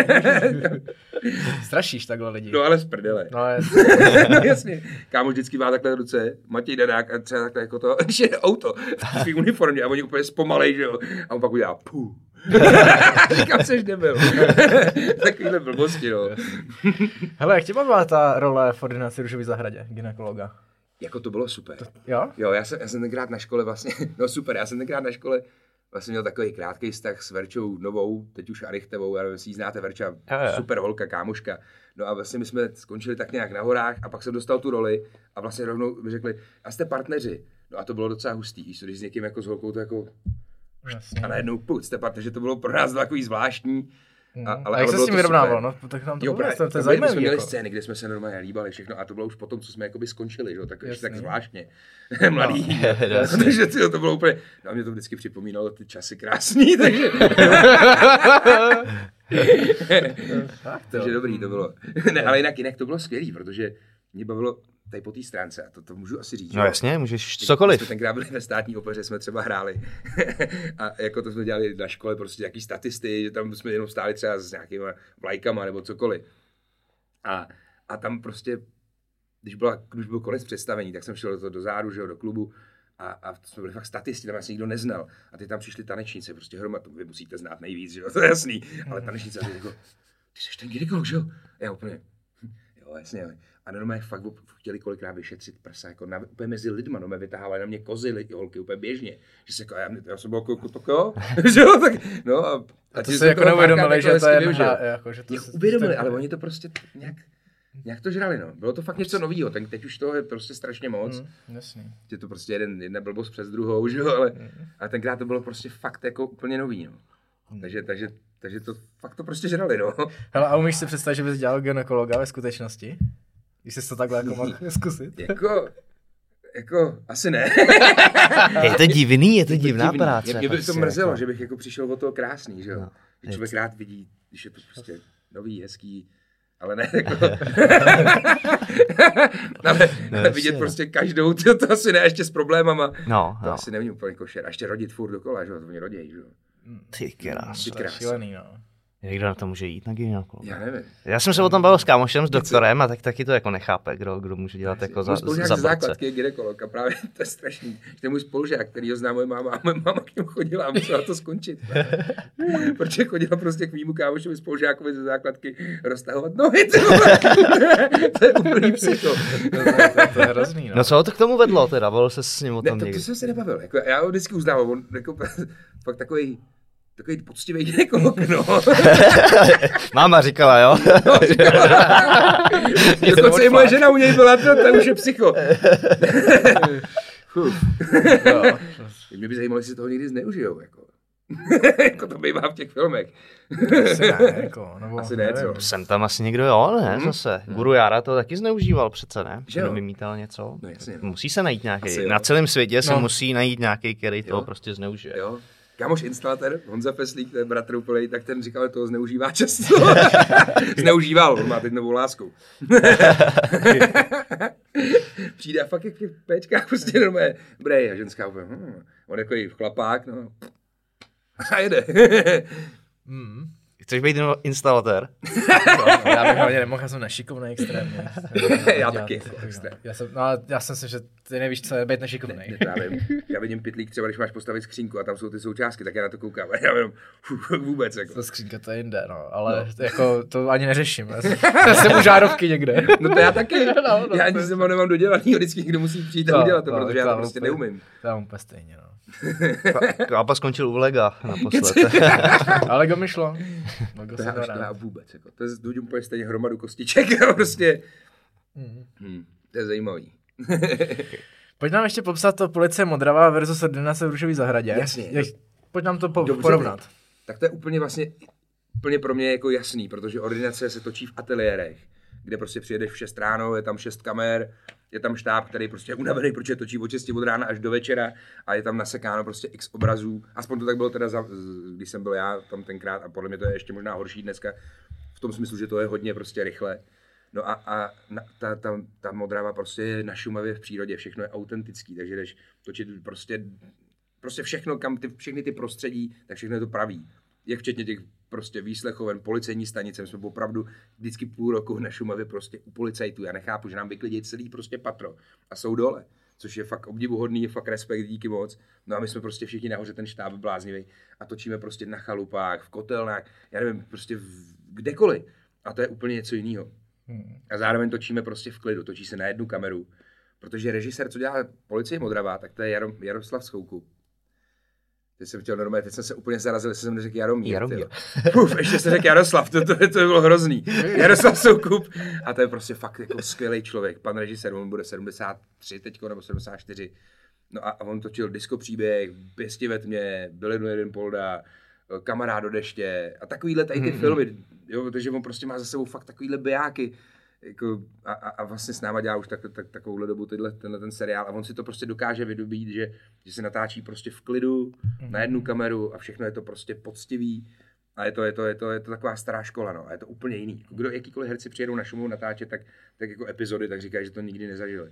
Strašíš takhle lidi.
No ale z prdele.
No
jasně. Kámoš vždycky má takhle ruce, Matěj Danák a třeba takhle jako to, když je auto v svý uniformě a oni úplně zpomalej, že jo. A on pak udělá puh. Říkám, seš nebyl. Takovýhle blbosti, no.
Hele, jak tě bavila ta role v ordinaci Růžový zahradě, gynekologa?
Jako to bylo super.
Jo?
Jo, já jsem tenkrát na škole vlastně, no super, já jsem tenkrát na škole vlastně měl takový krátký vztah s Verčou Novou, teď už Arichtevou, já nevím, jestli ji znáte, Verča, super holka, kámoška. No a vlastně my jsme skončili tak nějak na horách a pak jsem dostal tu roli a vlastně rovnou mi řekli, a jste partneři. No a to bylo docela hustý, když s někým jako s holkou to jako...
Jasně.
A najednou jste partneři, to bylo pro nás takový zvláštní.
A jak se s tím vyrovnával, no? Tak nám to bylo, to je zajímavé.
Jsme měli scény, kde jsme se normálně líbali všechno a to bylo už potom, co jsme jakoby skončili, že? Tak ještě tak zvláštně. Mladý. Takže to bylo úplně, no, mě to vždycky připomínalo ty časy krásný, takže... takže dobrý to bylo. Ne, ale jinak to bylo skvělý, protože mě bavilo tady po té stránce, a to můžu asi říct.
No jasně, můžeš cokoliv.
My jsme tenkrát byli ve státní opeře, jsme třeba hráli a jako to jsme dělali na škole, prostě nějaký statisty, že tam jsme jenom stáli třeba s nějakýma vlajkama nebo cokoliv. A tam prostě, když byl konec představení, tak jsem šel do zádu, že jo, do klubu a jsme byli fakt statisti, tam vlastně nikdo neznal. A ty tam přišli tanečnice, prostě hromadu, vy musíte znát nejvíc, že jo, to je jasný. Ale tanečnice jako, ty jsi ten gynekolog, že jo? Já úplně, jo, jasně, ale. A normálně fakt chtěli kolikrát vyšetřit prsa, jako úplně mezi lidma, no mě vytahávali na mě kozy, holky úplně běžně, že se jako, já jsem byl jako to, že jo, tak, no
a to se jako neuvědomili, že to je jako, že to
uvědomili, ale oni to prostě nějak to žrali, no. Bylo to fakt něco novýho, teď už toho je prostě strašně moc.
Jasný.
Je to prostě jedna blbost přes druhou, že jo, ale tenkrát to bylo prostě fakt jako úplně nový, no. Takže to fakt to prostě žrali, no.
Hele, a umíš si představit, že bys dělal gynekologa ve skutečnosti? Když jsi to takhle jako mohl zkusit?
Jako, asi ne.
Je to divný, je to divná práce.
Mě by to mrzelo, jako... že bych jako přišel od toho krásný, že jo. No, že člověk rád vidí, když je to prostě nový, hezký, ale ne jako... ale vidět prostě každou, to asi ne, ještě s problémama. To asi není úplně košer. A ještě rodit furt dokola, že jo, to oni rodějí, že jo.
Ty krás.
Šílený, no.
Kdo na to může jít na gynekologa?
Já nevím.
Já jsem se o tom bavil s kámošem, s doktorem, a tak taky to jako nechápe, kdo může dělat jako za
základky je gynekolog a právě to je strašný. To je můj spolužák, který ho zná moje máma a moje máma k němu chodila a musela to skončit. Protože chodila prostě k mýmu kámošovi spolužákovi ze základky roztahovat nohy. To je úplný psycho.
To je hrozný,
no. Co to k tomu vedlo teda? Volil se s ním o tom někdy?
To jsem se nebavil. Jako, já ho vždycky uznávám, on jako fakt takový poctivý gynekolog, no.
Máma říkala, jo?
No, říkala. Dokonce i moje žena u něj byla, to už je psycho. Mě by zajímalo, jestli toho někdy zneužijou, jako. Jako to bývá v těch filmech.
Asi ne, jako.
Asi ne, co?
Jsem tam asi někdo, jo, ne, zase. Guru Jára to taky zneužíval přece, ne? Že jo? Vymítal něco.
No, jasně.
Musí se najít nějaký. Na celém světě se musí najít nějaký, který toho prostě zneužije.
Jo. Kámoš instalatér, Honza Peslík, ten bratr úplnej, tak ten říkal, že toho zneužívá často. Zneužíval, on má teď novou lásku. Přijde a fakt jak v péčkách prostě normálně, dobrý, a ženská úplně, on jako i chlapák, no. A jede.
Chceš být instalatér?
Já bych hlavně nemohl, já jsem nešikovnej extrémně.
Já taky.
Já jsem si, že ty nevíš, co je být nešikovnej.
Já vidím pytlík třeba, když máš postavit skřínku a tam jsou ty součástky, tak já na to koukám. Já jenom vůbec. Jako.
To skřínka to je jinde, no. Ale jako to ani neřeším. Já jsem u žárovky někde.
No to já taky. Já ani se nemám dodělaný, vždycky někdo musí přijít a udělat to, protože já to prostě neumím.
To mám úplně stejně, no.
Kápa skončil u Lega naposled.
Ale go mi šlo.
To já vůbec. Jako. To je úplně stejně hromadu kostiček. Prostě. To je zajímavý.
Pojď nám ještě popsat to Policie Modrava versus ordinace v Růžový zahradě.
Jasně.
Pojď nám to porovnat.
Tak to je úplně vlastně pro mě jako jasný, protože ordinace se točí v ateliérech, kde prostě přijedeš v 6 ráno, je tam 6 kamer, je tam štáb, který prostě je unavený, protože točí od 6 od rána až do večera a je tam nasekáno prostě x obrazů. Aspoň to tak bylo teda, když jsem byl já tam tenkrát a podle mě to je ještě možná horší dneska, v tom smyslu, že to je hodně prostě rychle. No a ta Modrava prostě je na Šumavě v přírodě, všechno je autentický, takže jdeš točit prostě všechno, všechny ty prostředí, tak všechno je to pravý. Jak včetně těch prostě výslechoven, policejní stanice, my jsme opravdu vždycky půl roku na Šumavě prostě u policajtů. Já nechápu, že nám vyklidí celý prostě patro a jsou dole, což je fakt obdivuhodný, je fakt respekt, díky moc. No a my jsme prostě všichni nahoře, ten štáb bláznivý a točíme prostě na chalupách, v kotelnách, já nevím, prostě kdekoliv. A to je úplně něco jiného. A zároveň točíme prostě v klidu, točí se na jednu kameru, protože režisér, co dělá Policie Modrava, tak to je Jaroslav Soukup. Teď jsem chtěl normálně, teď jsem se úplně zarazil, jestli jsem neřekl Jaromír. Ještě jsem řekl Jaroslav, to by bylo hrozný. Jaroslav Soukup. A to je prostě fakt jako skvělý člověk. Pan režisér, on bude 73 teďko, nebo 74. No a on točil Disco příběh, Pěsti ve tmě, Bylinu jeden polda, Kamarád do deště a takovýhle tady ty filmy. Jo, protože on prostě má za sebou fakt takovýhle bijáky. Jako, a vlastně s náma dělá už takovouhle dobu tenhle ten seriál a on si to prostě dokáže vydobít, že se natáčí prostě v klidu na jednu kameru a všechno je to prostě poctivý a je to taková stará škola, no, a je to úplně jiný. Jakýkoliv herci přijedou na Šumavu natáčet, tak jako epizody, tak říkají, že to nikdy nezažili.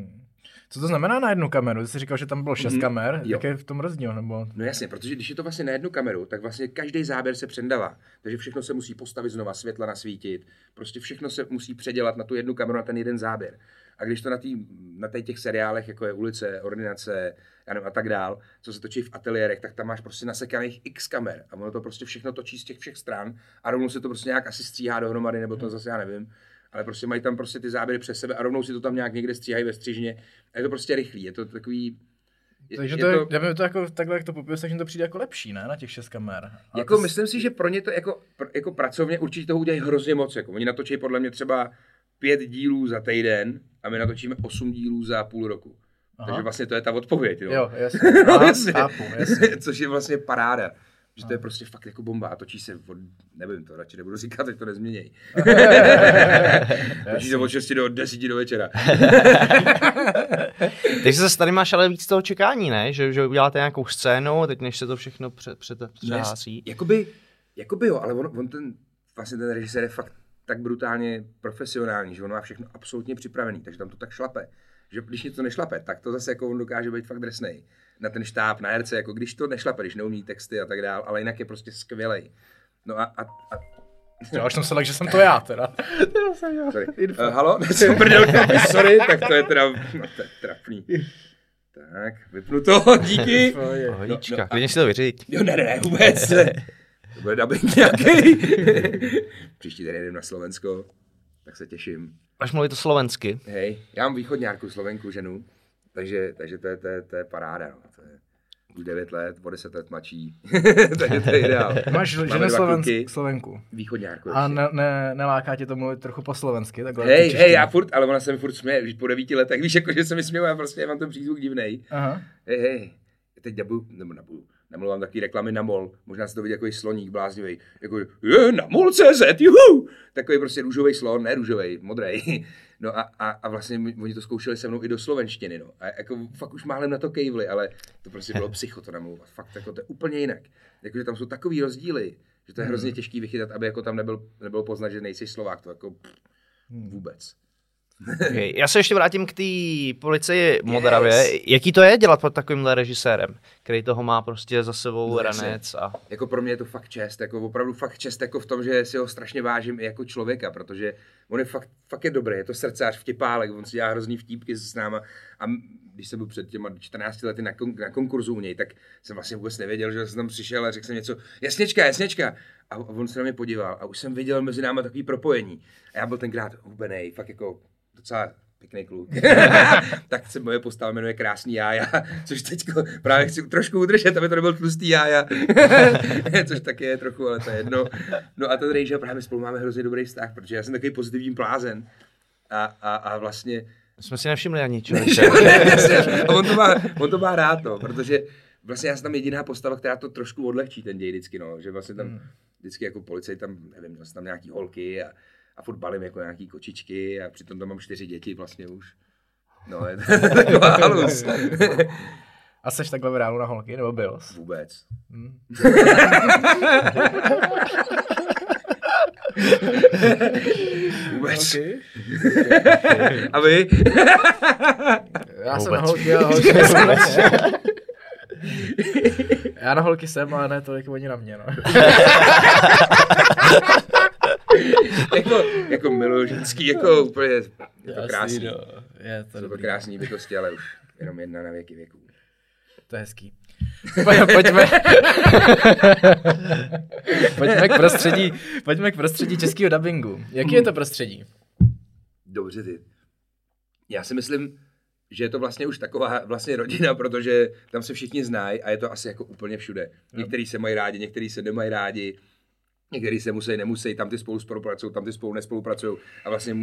Co to znamená na jednu kameru? Ty jsi říkal, že tam bylo 6 kamer, jak je v tom rozdíl? Nebo...
No jasně, protože když je to vlastně na jednu kameru, tak vlastně každý záběr se přendává. Takže všechno se musí postavit znova, světla nasvítit, prostě všechno se musí předělat na tu jednu kameru, na ten jeden záběr. A když to na těch seriálech, jako je Ulice, Ordinace, já nevím, a tak dál, co se točí v ateliérech, tak tam máš prostě nasekaných x kamer a ono to prostě všechno točí z těch všech stran a rovnou se to prostě nějak asi stříhá dohromady, nebo to zase já nevím. Ale prostě mají tam prostě ty záběry přes sebe a rovnou si to tam nějak někde stříhají ve střižně. A je to prostě rychlý, je to takový...
Takže to jako takhle, jak to popisuješ, takže to přijde jako lepší, ne, na těch 6 kamer.
Jako myslím si, že pro ně to jako pracovně určitě toho udělají hrozně moc. Jako. Oni natočí podle mě třeba 5 dílů za týden a my natočíme 8 dílů za půl roku. Aha. Takže vlastně to je ta odpověď.
Jo, jasně. Aha, chápu, jasně.
Což je vlastně paráda. Že to je prostě fakt jako bomba a točí se od, nevím, to radši nebudu říkat, teď to nezměněj. Točí se od 6 do 10 do večera.
Takže zase tady máš ale víc toho čekání, ne? Že uděláte nějakou scénu, teď než se to všechno přehásí.
Jakoby jo, ale on ten režisér je fakt tak brutálně profesionální, že on má všechno absolutně připravený, takže tam to tak šlape. Že když něco nešlape, tak to zase jako on dokáže být fakt drsnej. Na ten štáb, na herce, jako když to nešlape, když neumí texty a tak dál, ale jinak je prostě skvělej. No a
já už jsem se lek, že jsem to já teda.
Sorry. Halo? Sorry, tak to je teda trapný. Tak, vypnu to, díky.
Pohodička, klidně si to vyříď.
Jo, ne, vůbec. To bude dubbing nějaký. Příští den jedem na Slovensko, tak se těším.
Až mluvit to slovensky.
Hej, já mám východňárku, Slovenku, ženu, takže to je paráda, no. To je už 9 let, o 10 let mladší, takže to je ideál.
Máš ženu Slovenku.
Východňárku.
A neláká tě to mluvit trochu po slovensky?
Hej, já furt, ale ona se mi furt směje, víš, po 9 letech, víš, jako, že se mi směju, já prostě mám ten přízvuk divnej. Aha. Hej, teď namluvám takový reklamy na MOL, možná se to vidí jako sloník bláznivý, jako na MOL.cz, juhu! Takový prostě růžový slon, ne růžový, modrej. No a vlastně oni to zkoušeli se mnou i do slovenštiny, no. A jako fakt už málem na to kejvli, ale to prostě bylo psycho to namluvat. Fakt jako to je úplně jinak. Jakože tam jsou takový rozdíly, že to je hrozně těžký vychytat, aby jako tam nebylo poznat, že nejsi Slovák, to jako vůbec.
Okay. Já se ještě vrátím k té Policii Modravě. Yes. Jaký to je dělat pod takovýmhle režisérem, který toho má prostě za sebou ranec a...
Jako pro mě je to fakt čest, jako opravdu fakt čest jako v tom, že si ho strašně vážím i jako člověka, protože on je fakt je dobrý, je to srdcář, vtipálek, on si dělá hrozný vtípky s náma a když jsem byl před těma 14 lety na konkurzu u něj, tak jsem vlastně vůbec nevěděl, že jsem tam přišel a řekl jsem něco, jasněčka. A on se na mě podíval a už jsem viděl mezi náma takový propojení. A já byl tenkrát hubenej, fakt jako docela pěkný kluk. Tak se moje postava jmenuje Krásný Jája, což teď právě chci trošku udržet, aby to nebyl tlustý Jája. Což taky je trochu, ale to je jedno. No a ten Rejža právě spolu máme hrozně dobrý vztah, protože já jsem takový pozitivní blázen. A vlastně...
Jsme si nevšimli ani člověče.
On to má rád, no, protože vlastně já jsem tam jediná postava, která to trošku odlehčí ten děj vždycky, no, že vlastně tam vždycky jako policajt tam, nevím, měl jsem tam nějaký holky a furt balím jako nějaký kočičky a přitom tam mám 4 děti vlastně už. No, je to taková halus.
A seš takhle v reálu na holky, nebo byl?
Vůbec. Vůbec.
Okay.
A vy?
Já jsem
Vůbec.
na holky, já na holky jsem, ale ne tolik oni na mě, no.
jako miluju ženský, jako úplně, je to krásný.
No. Je to
Jsou to
dobrý.
krásný bytosti, ale už jenom jedna na věky věků.
To je hezký. Pojďme k prostředí českého dabingu. Jaký je to prostředí?
Dobře ty. Já si myslím, že je to vlastně už taková vlastně rodina, protože tam se všichni znají a je to asi jako úplně všude. Někteří se mají rádi, někteří se nemají rádi, někteří se musí, nemusí, tam ty spolu spolupracují, tam ty spolu nespolupracují a vlastně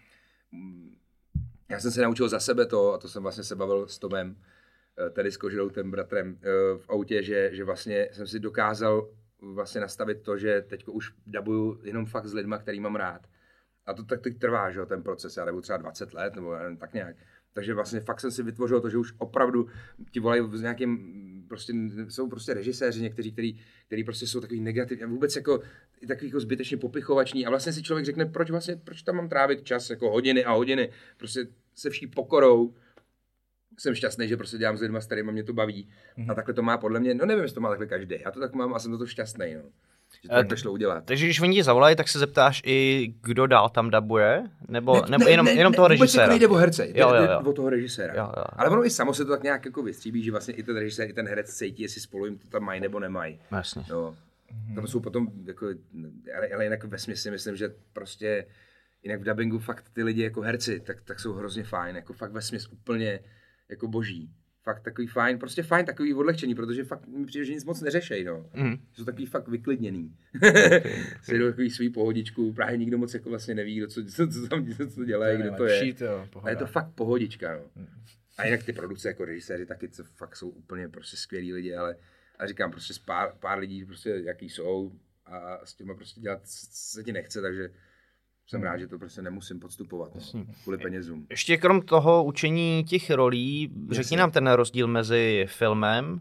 já jsem se naučil za sebe to, a to jsem vlastně se bavil s Tomem, tedy s Kožroutem, bratrem, v autě, že vlastně jsem si dokázal vlastně nastavit to, že teďko už dabuju jenom fakt s lidma, který mám rád. A to tak trvá, že jo, ten proces, já dabuju třeba 20 let, nebo nevím, tak nějak. Takže vlastně fakt jsem si vytvořil to, že už opravdu ti volají s nějakým, prostě jsou prostě režiséři někteří, který prostě jsou takový negativní a vůbec jako takový jako zbytečně popichovační a vlastně si člověk řekne, proč tam mám trávit čas, jako hodiny a hodiny, prostě se vší pokorou. Jsem šťastný, že prostě dělám s lidma, s kterýma mě to baví. A takhle to má podle mě, no nevím, jestli to má takhle každý. Já to tak mám a jsem to šťastný, no. Že to tak šlo udělat.
Takže když oni ti zavolají, tak se zeptáš i, kdo dál tam dabuje? Nebo jenom toho režiséra?
Vůbec nejde o herce,
jo.
jde o toho režiséra.
Jo.
Ale ono i samo se to tak nějak jako vystříbí, že vlastně i ten režisér, i ten herec cítí, jestli spolu jim to tam mají nebo nemají.
Jasně.
No. Tam jsou potom, jako, ale jinak vesměs si myslím, že prostě jinak v dabingu fakt ty lidi jako herci, tak jsou hrozně fajn, jako fakt vesměs úplně jako boží. Fakt takový fajn, prostě fajn, takový odlehčený, protože fakt mi přijde, že nic moc neřešej, no. Jsou takový fakt vyklidněný. Si jdou takový svý pohodičku, právě nikdo moc jako vlastně neví, kdo co tam co dělají, kdo to je. A je to fakt pohodička, no. A jinak ty produkce jako režiséři taky fakt jsou úplně prostě skvělí lidi, ale říkám prostě pár lidí prostě jaký jsou a s těma prostě dělat se ti nechce, takže jsem rád, že to prostě nemusím podstupovat kvůli penězům.
Ještě krom toho učení těch rolí, řekni nám ten rozdíl mezi filmem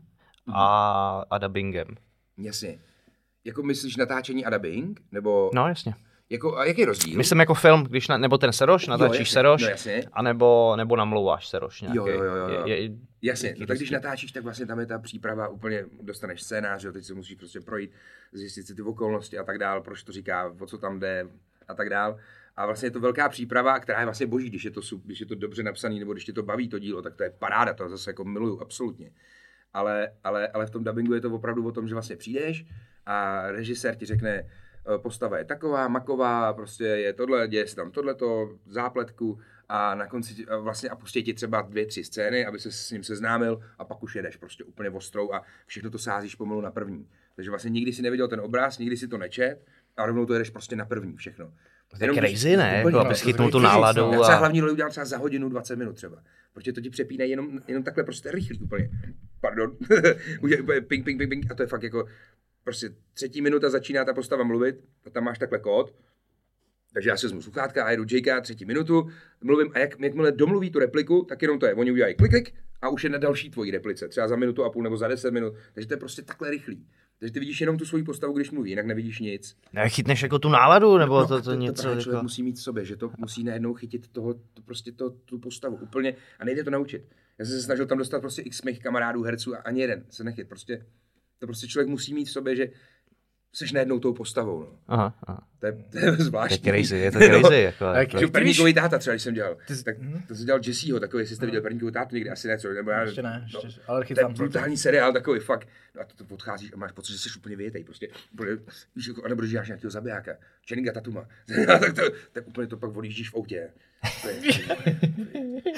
a dubbingem.
Jasně. Jako myslíš natáčení a dubbing? Nebo...
No jasně.
Jako, a jaký je rozdíl?
Myslím jako film, když nebo ten seroš, natáčíš seroš, nebo namlouváš seroš nějaký.
Jo. Jasně, no tak když natáčíš, tak vlastně tam je ta příprava, úplně dostaneš scénář, jo, teď se musíš prostě projít, zjistit si ty okolnosti a tak dál, proč to říká, o co tam jde a tak dál. A vlastně je to velká příprava, která je vlastně boží, když je to dobře napsaný, nebo když tě to baví to dílo, tak to je paráda, to zase jako miluju, absolutně. Ale v tom dabingu je to opravdu o tom, že vlastně přijdeš a režisér ti řekne, postava je taková, maková, prostě je tohle, děje se tam tohleto, zápletku a na konci vlastně a pustí ti třeba 2-3 scény, aby se s ním seznámil a pak už jedeš prostě úplně ostrou a všechno to sázíš pomalu na první. Takže vlastně nikdy si neviděl ten obraz, nikdy si to nečet a rovnou to jedeš prostě na první všechno.
To je crazy, ne? Jako, aby schytnul tu náladu.
Já třeba hlavní roli udělám třeba za hodinu, 20 minut třeba. Protože to ti přepínají jenom takhle prostě rychlý úplně. Pardon. Udělej úplně ping a to je fakt jako prostě 3. minuta začíná ta postava mluvit a tam máš takhle kód. Takže já si vezmu sluchátka a jedu Jakea 3. minutu, mluvím a jakmile domluví tu repliku, tak jenom to je. Oni udělají klik a už je na další tvojí replice. Třeba za minutu a půl nebo za 10 minut. Takže to je prostě takhle rychlý. Takže ty vidíš jenom tu svoji postavu, když mluví, jinak nevidíš nic.
Ne, chytneš jako tu náladu, nebo
no,
to něco
právě
jako...
člověk musí mít v sobě, že to musí najednou chytit tu postavu úplně a nejde to naučit. Já jsem se snažil tam dostat prostě x mých kamarádů, herců a ani jeden se nechyt. To prostě člověk musí mít v sobě, že seš najednou tou postavou. No.
Aha.
To je zvláštní.
Je to crazy. Jako.
Perníkový táta třeba, když jsem dělal, tak to jsem dělal Jesseho, takový, jestli jste viděl Perníkový tátu někdy, asi ne, co, nebo já,
ještě ne, ale
to je brutální seriál, takový fakt, no a to odcházíš a máš pocit, že jsi úplně vyjetej, prostě, nebo když děláš nějakého zabijáka, Channinga Tatuma, tak úplně to pak odjíždíš v autě.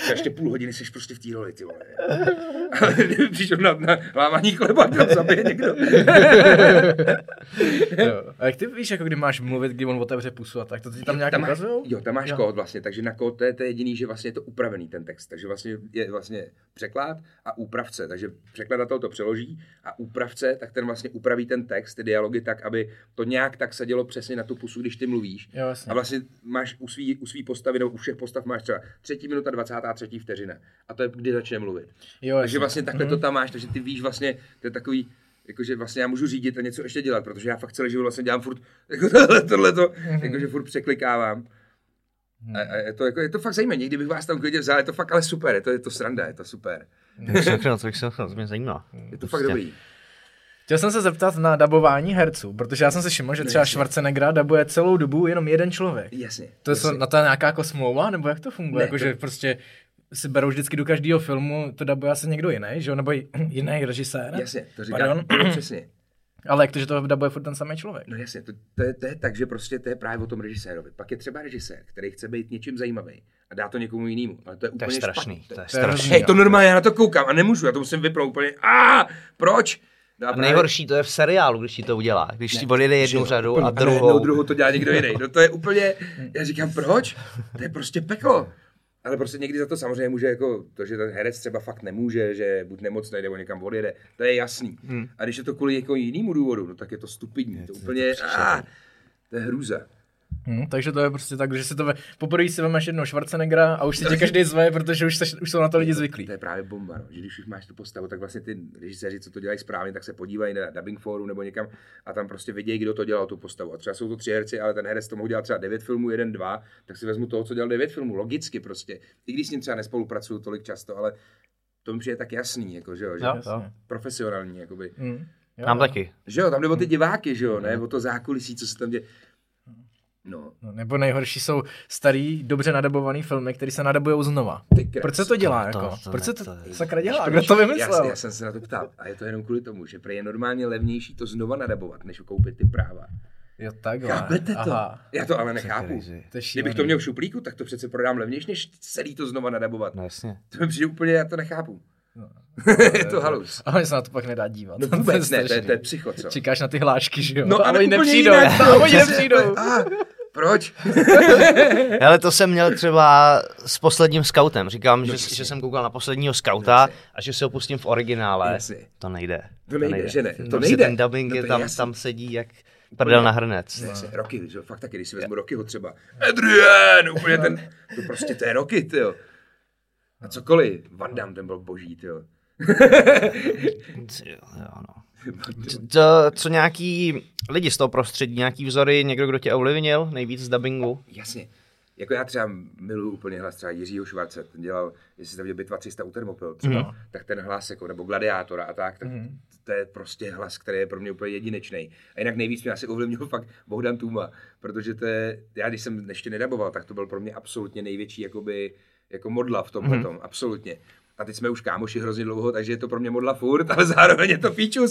A ještě půl hodiny jsi prostě v té roli, ty vole. Přišel na lámaní chleba, to zabije někdo.
A jak ty víš, jako kdy máš mluvit, kdy on otevře pusu a tak, to ti tam nějak ukazujou?
Jo, tam máš kód vlastně, takže na kód to je jediný, že vlastně je to upravený ten text, takže vlastně je vlastně překlad a úpravce, takže překladatel to přeloží a úpravce, tak ten vlastně upraví ten text, ty dialogy tak, aby to nějak tak sedělo přesně na tu pusu, když ty mluvíš.
Jo, vlastně.
A vlastně máš u svý postavy, nebo u všech postav máš třeba 3. minuta 23. vteřina a to je, kdy začne mluvit.
Jo,
takže vlastně takhle to tam máš, takže ty víš vlastně, to je takový, jakože vlastně já můžu řídit a něco ještě dělat, protože já fakt celý život vlastně dělám furt jako tohleto, jakože furt překlikávám. A je to fakt zajímavé, někdy bych vás tam klidně vzal, je to fakt ale super, je to sranda, je to super.
To mě zajímá.
Je to fakt dobrý.
Chtěl jsem se zeptat na dabování herců, protože já jsem si všiml, že třeba Schwarzeneggera dabuje celou dobu jenom jeden člověk.
Jasně.
To je na to nějaká jako smlouva, nebo jak to funguje? Jakože prostě si berou vždycky do každého filmu, to dabuje asi někdo jiný, že jo? Nebo jiný režisér.
Jasně, to říkám přesně.
Ale jak to, že to dabuje furt ten samý člověk?
No jasně, to je tak, že prostě to je právě o tom režisérovi. Pak je třeba režisér, který chce být něčím zajímavý a dá to někomu jinému, ale to je úplně
strašný.
špatný.
To je strašný.
Hej, to normálně, já na to koukám a nemůžu, já to musím vypnout úplně. Proč?
No a nejhorší to je v seriálu, když ti to udělá. Když ti odjede jednu řadu a
druhou to dělá někdo jiný. No to je úplně, já říkám, proč? To je prostě peklo. Ale prostě někdy za to samozřejmě může jako to, že ten herec třeba fakt nemůže, že buď nemocnej nebo někam odjede, to je jasný. A když je to kvůli někomu jinému důvodu, no tak je to stupidní, to úplně, to je hrůza.
Takže to je prostě tak, že si to poprvé si vemeš jednou Schwarzeneggera a už si tě každý zve, protože už jsou na to lidi zvyklí.
To je právě bomba, no. Že když už máš tu postavu, tak vlastně ty režiséři, co to dělají správně, tak se podívají na dubbing forum nebo někam a tam prostě vidějí, kdo to dělal tu postavu. A třeba jsou to 3 herci, ale ten herec to mohl dělat třeba 9 filmů, 1, 2, tak si vezmu toho, co dělal 9 filmů, logicky prostě. I když s ním třeba nespolupracuju tolik často, ale to mi přijde tak jasný, jako, že profesionální, jakoby.
Tam taky.
Že jo, tam jde o ty diváky, že jo, ne, o to zákulisí, co se tam děje. No.
Nebo nejhorší jsou starý, dobře nadabovaný filmy, které se nadabujou znova. Proč se to dělá? Proč se to sakra dělá? Kdo to vymyslel?
Já jsem se na to ptal. A je to jenom kvůli tomu, že je normálně levnější to znova nadabovat, než koupit ty práva.
Jo, takhle.
Chápete to? Já to ale nechápu. Kdybych to měl v šuplíku, tak to přece prodám levnější, než celý to znova nadabovat.
No jasně.
To mi přijde úplně, já to nechápu. No. Je to halus.
Ale se na to pak nedá dívat.
No vůbec ne, to je psycho, co?
Čekáš na ty hlášky, že jo?
No
a oni nepřijdou.
Oni nepřijdou. Proč?
Ale to jsem měl třeba s posledním Scoutem. Říkám, že jsem koukal na posledního Scouta a že si ho pustím v originále.
Jasně.
To nejde.
To nejde, že ne?
To nejde. Ten dubbing je tam sedí jak prdel na hrnec.
Rocky, že? Fakt taky, když si vezmu Rockyho třeba. Adrian, úplně to prostě to je Rocky, tyjo. A cokoliv, Van Damme, ten byl boží, tyjo.
Co nějaký lidi z toho prostředí, nějaký vzory, někdo, kdo tě ovlivnil nejvíc z dubbingu?
Jasně. Jako já třeba miluji úplně hlas třeba Jiřího Švarce, ten dělal, jestli jste viděl Bitva 300 u Thermopyl třeba, tak ten hlas, jako, nebo Gladiátora a tak to je prostě hlas, který je pro mě úplně jedinečný. A jinak nejvíc mě asi ovlivnil fakt Bohdan Tuma, protože to je, já když jsem ještě nedaboval, tak to byl pro mě absolutně největší jakoby, jako modla v tomhle tom, absolutně. A teď jsme už kámoši hrozně dlouho, takže je to pro mě modla furt, ale zároveň je to píčus,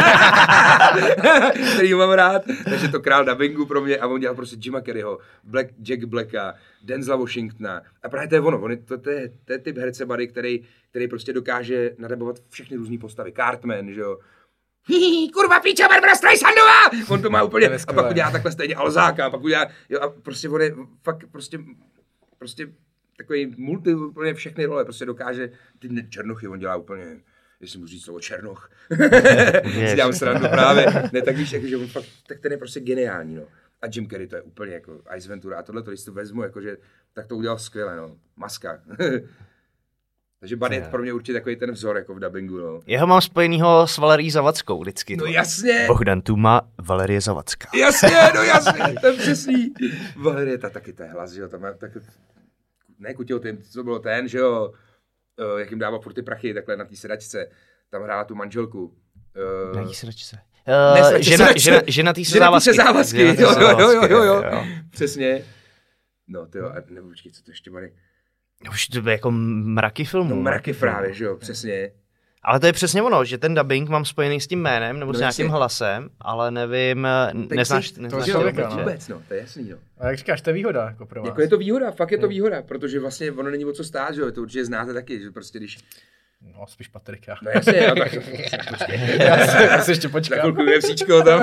který mám rád. Takže to král dubbingu pro mě a on dělal prostě Jima Carreyho, Jack Blacka, Denzela Washingtona. A právě to je ono, to je typ herce Buddy, který prostě dokáže nadabovat všechny různé postavy. Cartman, že jo. Kurva píča, Barbara Streisandová! On to má úplně, a pak udělá takhle stejně Alzáka, a pak udělá, jo, a prostě on je fakt prostě takový multi, úplně všechny role, prostě dokáže, ty Černochy, on dělá úplně, jestli můžu říct slovo Černoch, si dám srandu právě, ne, tak víš, že on fakt, tak ten je prostě geniální, no. A Jim Carrey to je úplně jako Ice Ventura a tohleto, když to vezmu, jakože, tak to udělal skvěle, no, Maska. Takže Buddy je pro mě určitě takový ten vzor, jako v dubbingu, no.
Jeho mám spojenýho s Valerií Zavackou vždycky.
No jasně.
Bohdan Tuma, Valerie Zavacká.
Jasně, no jasně, to je přesný. Valerie, taky to je hlas, že jo, tam má tak... Ne Kutil, to bylo ten, že jo, jak jim dával furt ty prachy takhle na té sedačce, tam hrála tu manželku.
Na té sedačce. Ženatý se závazky.
Jo. Přesně. No tyjo, nebo počkej, co to ještě Marek?
Už to bylo jako mraky filmů.
No, mraky právě, že jo, přesně.
Ale to je přesně ono, že ten dubbing mám spojený s tím jménem nebo s nějakým hlasem, ale nevím, neznáš
člověka,
vůbec, no, to je jasný, no.
A jak říkáš, to je výhoda jako pro vás.
Jako je to výhoda, fakt je to výhoda, protože vlastně ono není o co stát, že jo, to určitě znáte taky, že prostě když...
No, spíš Patrika.
No jasně, jo, tak
já se ještě počkám.
Na chvilku UFCčko tam.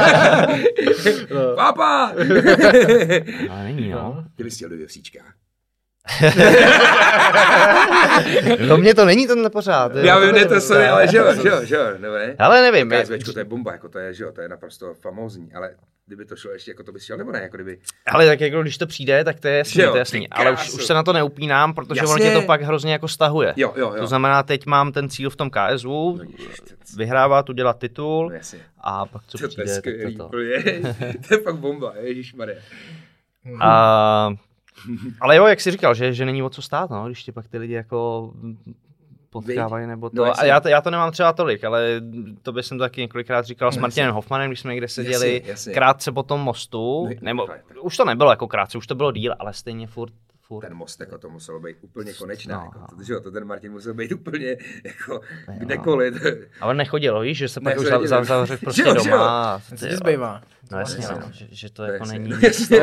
Pápa!
Ale není, no.
Ty bys chtěl do UFCčka.
No mě to není tenhle pořád.
Já vím, ne to sorry, ale že jo, nebo ne?
Ale nevím.
KSVčko, to je bomba, jako to je, že jo, to je naprosto famózní, ale kdyby to šlo ještě, jako to bys šel, nebo ne, jako kdyby...
Ale tak jako když to přijde, tak to je jasný, ale už se na to neupínám, protože ono tě to pak hrozně jako stahuje.
Jo.
To znamená, teď mám ten cíl v tom KSU, vyhrávat, udělat titul a pak co přijde, tak to.
To je fakt bomba, ježišmarja.
Ale jo, jak jsi říkal, že není o co stát, no, když ti pak ty lidi jako potkávají nebo to.
No,
a já to nemám třeba tolik, ale to bych jsem to taky několikrát říkal s Martinem Hoffmanem, když jsme někde seděli krátce po tom mostu, nebo už to nebylo jako krátce, už to bylo díl, ale stejně furt.
Ten most, jako to muselo být úplně konečná, no, jako, protože to ten Martin musel být úplně jako kdekoliv.
Ale nechodilo, víš, že se pak už zavřel prostě doma.
Co ti zbývá?
No jasně, že to jako není.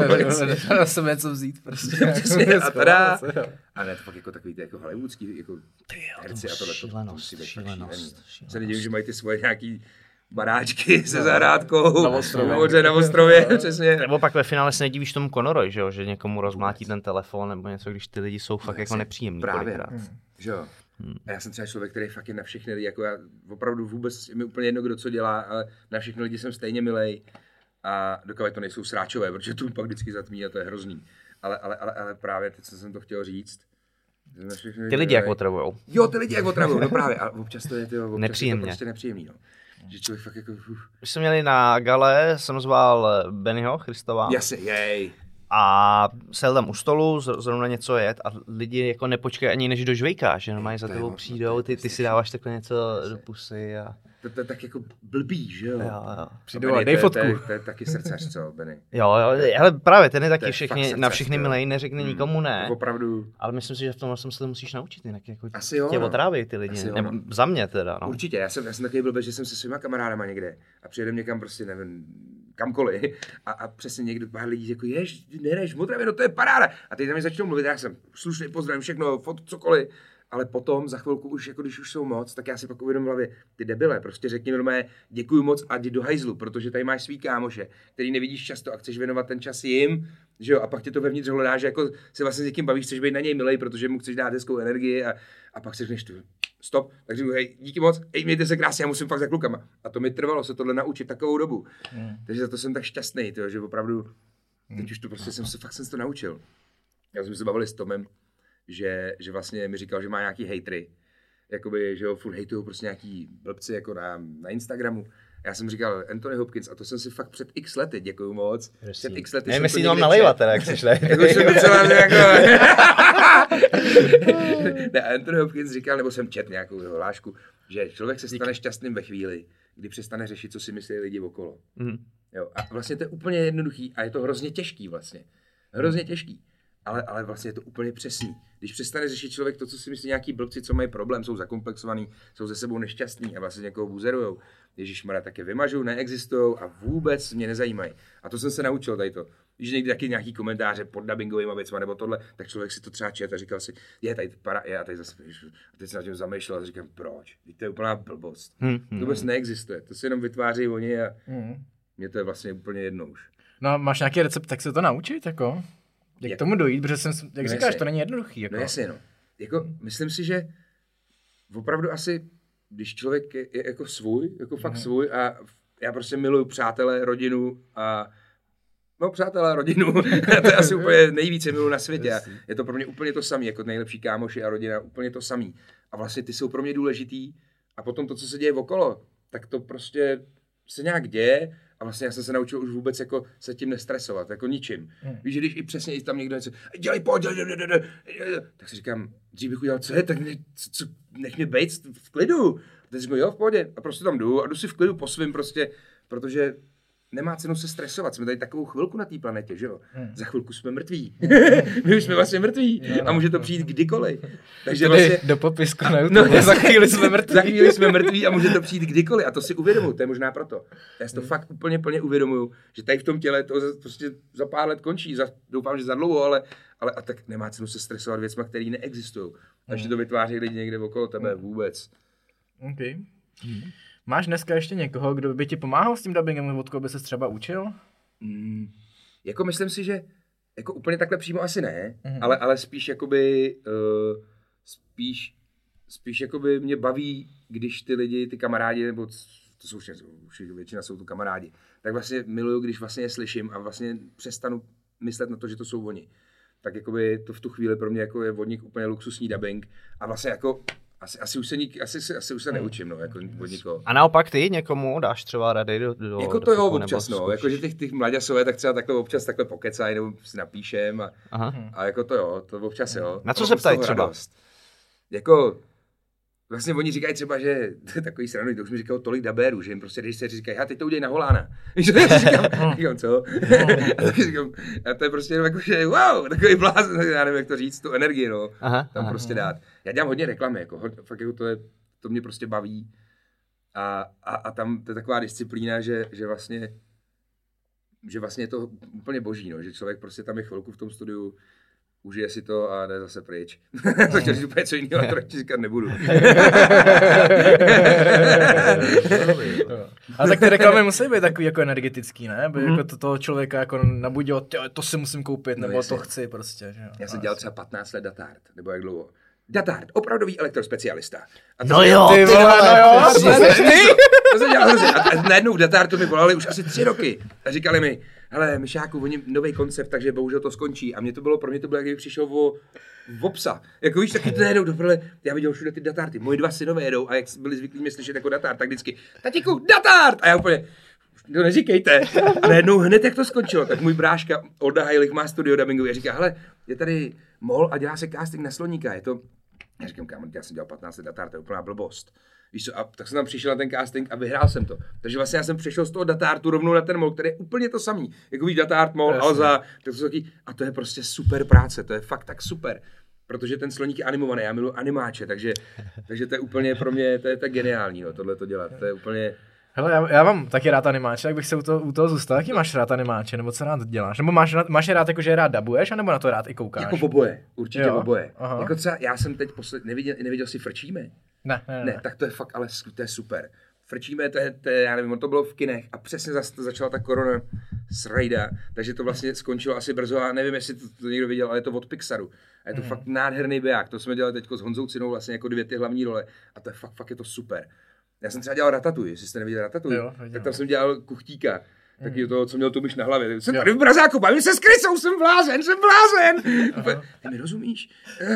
Na sebe něco vzít prostě.
A teda, a ne, to pak jako takový ty jako hollywoodský jako herci a tohle to musí být šílenost. Se nedivím, že mají ty svoje nějaký baráčky se zahrádkou na ostrově, přesně.
Nebo pak ve finále se nedívíš tomu Conorovi, že někomu rozmlátí ten telefon nebo něco, když ty lidi jsou fakt jako nepříjemní kolikrát.
Že jo. A já jsem třeba člověk, který fakt je na všechny lidi, jako já opravdu vůbec, je mi úplně jedno, kdo co dělá, ale na všechny lidi jsem stejně milej a dokud to nejsou sráčové, protože tu pak vždycky zatmí a to je hrozný. Ale právě teď jsem to chtěl říct.
Ty lidi jak otravujou.
Jo, ty lidi jak otravujou, no právě, a občas to je prostě nepříjemný, no. Že člověk fakt jako...
Když jsme měli na gale, jsem zval Bennyho Christova.
Jasně, jej.
A sel tam u stolu, zrovna něco jet a lidi jako nepočkají ani než dožvejkáš, že normálně za tebou přijdou, ty si dáváš takhle něco do pusy a...
To je tak jako blbý, že jo?
Jo.
Přijdou a dej fotku.
To je taky srdcař, co, Benny?
Jo, ale právě ten je taky na všechny milej, neřekne nikomu ne.
Opravdu.
Ale myslím si, že v tomhle se to musíš naučit, jinak jako
tě
otráví ty lidi. Za mě teda, no.
Určitě, já jsem takový blbý, že jsem se svýma kamarádama někde a přijedem někam prostě, nevím, kamkoliv a přesně někdo, pár lidí jako nehraješ v Motravě, no to je paráda. A teď tam mi začnou mluvit, já jsem slušný, pozdravím všechno, cokoliv. Ale potom za chvilku už, jako když už jsou moc, tak já si pak uvědomím v hlavě, ty debile, prostě řekni normálně děkuju moc a jdi do hajzlu, protože tady máš svý kámoše, který nevidíš často a chceš věnovat ten čas jim, že jo, a pak tě to vevnitř hledá, že jako se vlastně s někým bavíš, chceš být na něj milej, protože mu chceš dát hezkou energii a pak si řekneš tu stop, takže hej, díky moc, mějte se krásně, já musím fakt za klukama. A to mi trvalo se tohle naučit takovou dobu. Takže za to jsem tak šťastný, tyjo, že opravdu, teď už to prostě jsem se to naučil. Já jsem se bavili s Tomem, že vlastně mi říkal, že má nějaký hejtry, jakoby, že ho furt hejtujou prostě nějaký blbci jako na Instagramu. Já jsem říkal Anthony Hopkins a to jsem si fakt před x lety, děkuju moc. Před x lety
nevím, jestli to mám nalejvat teda, jak jsi šli.
Ne, Anthony Hopkins říkal, nebo jsem četl nějakou jeho hlášku, že člověk se stane šťastným ve chvíli, kdy přestane řešit, co si myslí lidi okolo. Jo, a vlastně to je úplně jednoduchý a je to hrozně těžký vlastně. Hrozně těžký. Ale vlastně je to úplně přesný. Když přestane řešit člověk to, co si myslí nějaký blbci, co mají problém, jsou zakomplexovaný, jsou ze sebou nešťastní a vlastně někoho buzerujou. Ježišmarja, tak je vymažou, neexistujou a vůbec mě nezajímají. A to jsem se naučil tady to. Když někdy taky nějaký komentáře pod dubbingovýma věcma nebo tohle, tak člověk si to třeba čet a říkal si, a tady zase, a teď se nad tím zamýšlel a říkám, proč? To je úplná blbost. To vůbec neexistuje. To si jenom vytváří oni a mě to je vlastně úplně jedno už.
No, máš nějaký recept, tak se to naučit, jako? Jak k tomu dojít, protože jak říkáš, to není jednoduchý. Jako.
No jasně, no. Jako, myslím si, že opravdu asi, když člověk je jako svůj, jako fakt svůj a já prostě miluju přátelé, rodinu a přátelé, rodinu, to je asi úplně nejvíce miluju na světě a je to pro mě úplně to samé, jako nejlepší kámoši a rodina, úplně to samý. A vlastně ty jsou pro mě důležitý a potom to, co se děje okolo, tak to prostě se nějak děje. A vlastně já jsem se naučil už vůbec jako se tím nestresovat, jako ničím. Víš, že když i přesně i tam někdo něco, dělej, tak si říkám, dřív bych udělal, co je, tak nech mě bejt v klidu. A teď říkám, jo, v pohodě. A prostě tam jdu a jdu si v klidu po svým prostě, protože nemá cenu se stresovat, jsme tady takovou chvilku na té planetě, že jo? Za chvilku jsme mrtví. My už jsme vlastně mrtví a může to přijít kdykoliv. Takže vlastně
do popisku na YouTube, za chvíli jsme mrtví.
Za chvíli jsme mrtví a může to přijít kdykoliv a to si uvědomuji, to je možná proto. Já si to fakt úplně plně uvědomuju, že tady v tom těle to prostě za pár let končí, doufám, že za dlouho, ale a tak nemá cenu se stresovat věcma, které neexistují. Takže to vytváří lidi někde okolo tebe vůbec.
Okay. Máš dneska ještě někoho, kdo by ti pomáhal s tím dubbingem, od koho by se třeba učil?
Jako myslím si, že jako úplně takhle přímo asi ne, ale spíš jakoby spíš jakoby mě baví, když ty lidi, ty kamarádi, nebo to jsou většina jsou tu kamarádi, tak vlastně miluju, když vlastně je slyším a vlastně přestanu myslet na to, že to jsou oni. Tak jakoby to v tu chvíli pro mě jako je od nich úplně luxusní dubbing a vlastně jako asi už se neučím, no, jako od nikoho.
A naopak ty někomu dáš třeba rady do
jako to jo, občas, no, jako že těch mlaďasové tak třeba takhle občas takhle pokecají, nebo si napíšem a jako to jo, to občas jo.
Na co se ptají třeba?
Radost. Jako, vlastně oni říkají třeba, že to je takový sranný, to už mi říkal tolik dabérů, že jim prostě režiséři říkají, teď to udělej na Holána. Víš, já říkám, co? A to je prostě jenom jako, že wow, takový blázen, já nevím, jak to říct, tu energii, no, tam prostě dát. Já dělám hodně reklamy, jako, fakt jako to mě prostě baví a tam to je taková disciplína, že vlastně je to úplně boží, no, že člověk prostě tam je chvilku v tom studiu, užije si to a jde zase pryč. To chtěl říct úplně co jiného, ale to radši říkat nebudu.
A tak ty reklamy musí být takový jako energetický, ne? By jako toho člověka jako nabudilo, to si musím koupit, nebo to chci prostě. Že jo?
Já jsem dělal třeba 15 let Datard, nebo jak dlouho. Datard, opravdový elektrospecialista.
No jo,
ty vole, no jo,
to jsem dělal hrozně. A najednou v Datardu mi volali už asi 3 roky a říkali mi, hele, Myšáku, oni nový koncept, takže bohužel to skončí. A pro mě to bylo, jak kdyby přišel o psa. Jako víš, taky to nejedou doprve, já viděl všude ty Datardy. Moji 2 synové jedou a jak byli zvyklí mě slyšet jako Datard, tak vždycky, tatíku, Datard! A já úplně, to neříkejte. A najednou hned, jak to skončilo, tak můj bráška Olda Hajlich má studio dubbingu a říká, hele, je tady Mol a dělá se casting na Sloníka, je to. Já říkám, kámo, já jsem dělal 15 let Datard, to je úplná blbost. Víš co, a tak jsem tam přišel na ten casting a vyhrál jsem to. Takže vlastně já jsem přešel z toho Datardu rovnou na ten Mol, který je úplně to samý. Jako víš, Datard, Mol, Alza, tak to taky, a to je prostě super práce, to je fakt tak super. Protože ten Sloník je animovaný, já miluji animáče, takže to je úplně pro mě, to je tak geniální, no, tohle to dělat, to je úplně.
Hele, já mám taky rád animáče, jak bych se u toho zůstal. Jaký máš rád animáče, nebo co rád děláš? Nebo máš rád jako, že rád dabuješ, anebo na to rád i koukáš?
Jako oboje, určitě oboje. Jako třeba, já jsem teď neviděl si Frčíme? Ne, tak to je fakt, ale to je super. Frčíme, to je, já nevím, to bylo v kinech a přesně začala ta korona srajda, takže to vlastně skončilo asi brzo a nevím, jestli to někdo viděl, ale je to od Pixaru. A je to fakt nádherný biják, to jsme dělali teď s Honzou Cinou vlastně jako 2 ty hlavní role a to je fakt je to super. Já jsem třeba dělal Ratatouille, jestli jste neviděli Ratatouille, tak tam jsem dělal kuchtíka. Taky toho, co měl tu myš na hlavě. Jsem tady v Brazáku, bavím se s Krysou, jsem blázen! Ty mi rozumíš?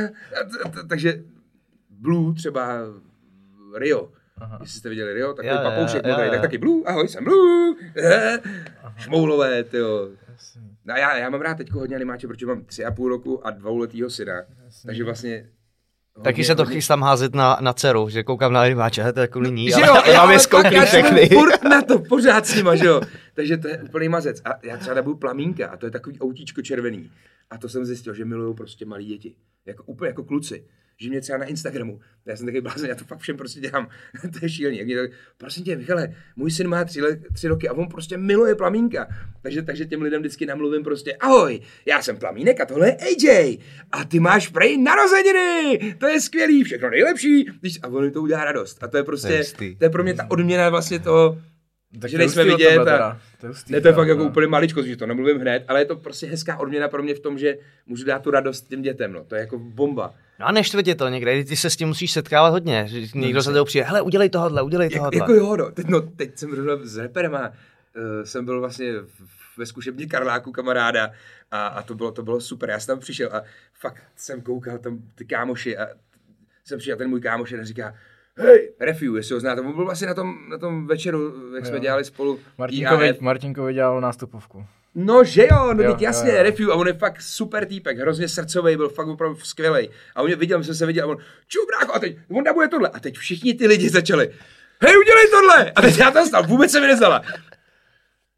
Takže Blue třeba Rio. Jestli jste viděli Rio, takový papoušek modrý, tak taky Blue, ahoj, jsem Blue. Šmoulové, tyjo. No já mám rád teďko hodně animáče, protože mám 3,5 roku a 2letýho syna. Takže vlastně
taky se to chystám házet na dceru, že koukám na animáče, to je jako líní,
ale
mám je zkoukli všechny.
Furt na to, pořád s nima, že jo. Takže to je úplný mazec. A já třeba dabuju Plamínka a to je takový autíčko červený. A to jsem zjistil, že milujou prostě malí děti. Jako úplně jako kluci. Že mě třeba na Instagramu, já jsem takový blázen, já to fakt všem prostě dělám, to je šílený. Prosím tě, Michale, můj syn má 3 roky a on prostě miluje Plamínka. Takže těm lidem vždycky namluvím prostě, ahoj, já jsem Plamínek a tohle je AJ. A ty máš prej narozeniny, to je skvělý, všechno nejlepší. A on to udělá radost. A to je prostě, to je pro mě ta odměna vlastně toho, že nejsme vidět. To je fakt jako úplně maličko, že to nemluvím hned, ale je to prostě hezká odměna pro mě v tom, že můžu dát tu radost těm dětem, no. To je jako bomba.
No a neštve tě to někde, ty se s tím musíš setkávat hodně, že někdo za tebou přijde, hele, udělej tohle.
Jako jo, no. Teď jsem mluvil s reperem a jsem byl vlastně ve zkušebně Karláku kamaráda a to bylo super, já jsem tam přišel a fakt jsem koukal tam ty kámoši a jsem přišel ten můj kámoš a říká, hej, Refiu, jestli ho znáte, on byl vlastně na tom večeru, jak jsme dělali spolu.
Martinkovi dělal nástupovku.
No že jo, no teď jasně, Refiu, a on je fakt super týpek, hrozně srdcovej, byl fakt opravdu skvělej. A on mě viděl, jsem se viděl, a on, čau brácho, a teď, on dabuje tohle. A teď všichni ty lidi začali, hej, udělej tohle. A teď já tam stál, vůbec se mi nezdala.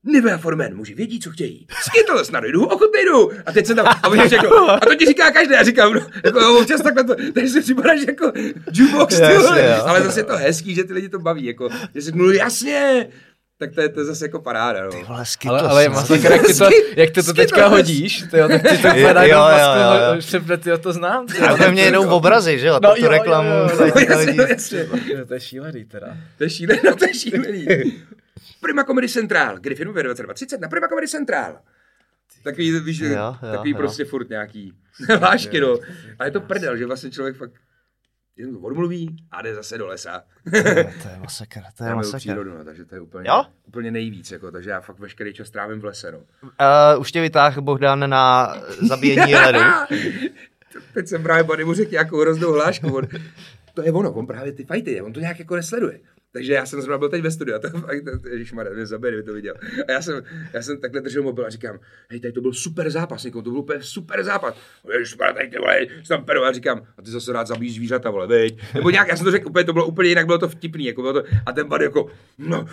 Nivea for Men, muži vědí, co chtějí. Skittles, nadojdu, ochutnejdu. A teď se tam, a to ti říká každý. Já říkám, no, jako občas takhle to, takže si připadáš jako jukebox, ale zase je to hezký, že ty lidi to baví, jako, že si no jasně, tak to je zase jako paráda, no.
Ty vole, Skittles.
Ale masakr, jak ty to teďka hodíš, tyjo, tak ty to úplně najednou masku, to znám.
A to mě jednou v obrazi, že jo, tu reklamu.
To je šílený teda.
To je šílený. Prima Comedy Central, Griffinovi 22:30 na Prima Comedy Central. Takový, víš, takový prostě furt nějaký lášky, no. A je to prdel, že vlastně člověk fakt jenom to odmluví a jde zase do lesa.
To je masakr, to je masakr.
Přírodu, no, takže to je úplně nejvíc, jako, takže já fakt veškerý čas trávím v lese, no.
Už tě vytáhl Bohdan na zabíjení jeledu.
Teď jsem právě Buddymu řekl nějakou hroznou hlášku. To je ono, on právě ty fajty, on to nějak jako nesleduje. Takže já jsem zrovna byl teď ve studiu a ježišmarja, mě zabije, kdyby to viděl. A já jsem takhle držel mobil a říkám, hej, tady to byl super zápas, to byl úplně super zápas. Ježišmarja, tady ty vole, jsem peru a říkám, a ty zase rád zabíjíš zvířata, vole, veď. Nebo nějak, já jsem to řekl, úplně to bylo úplně jinak, bylo to vtipný, jako bylo to, a ten Buddy jako, no,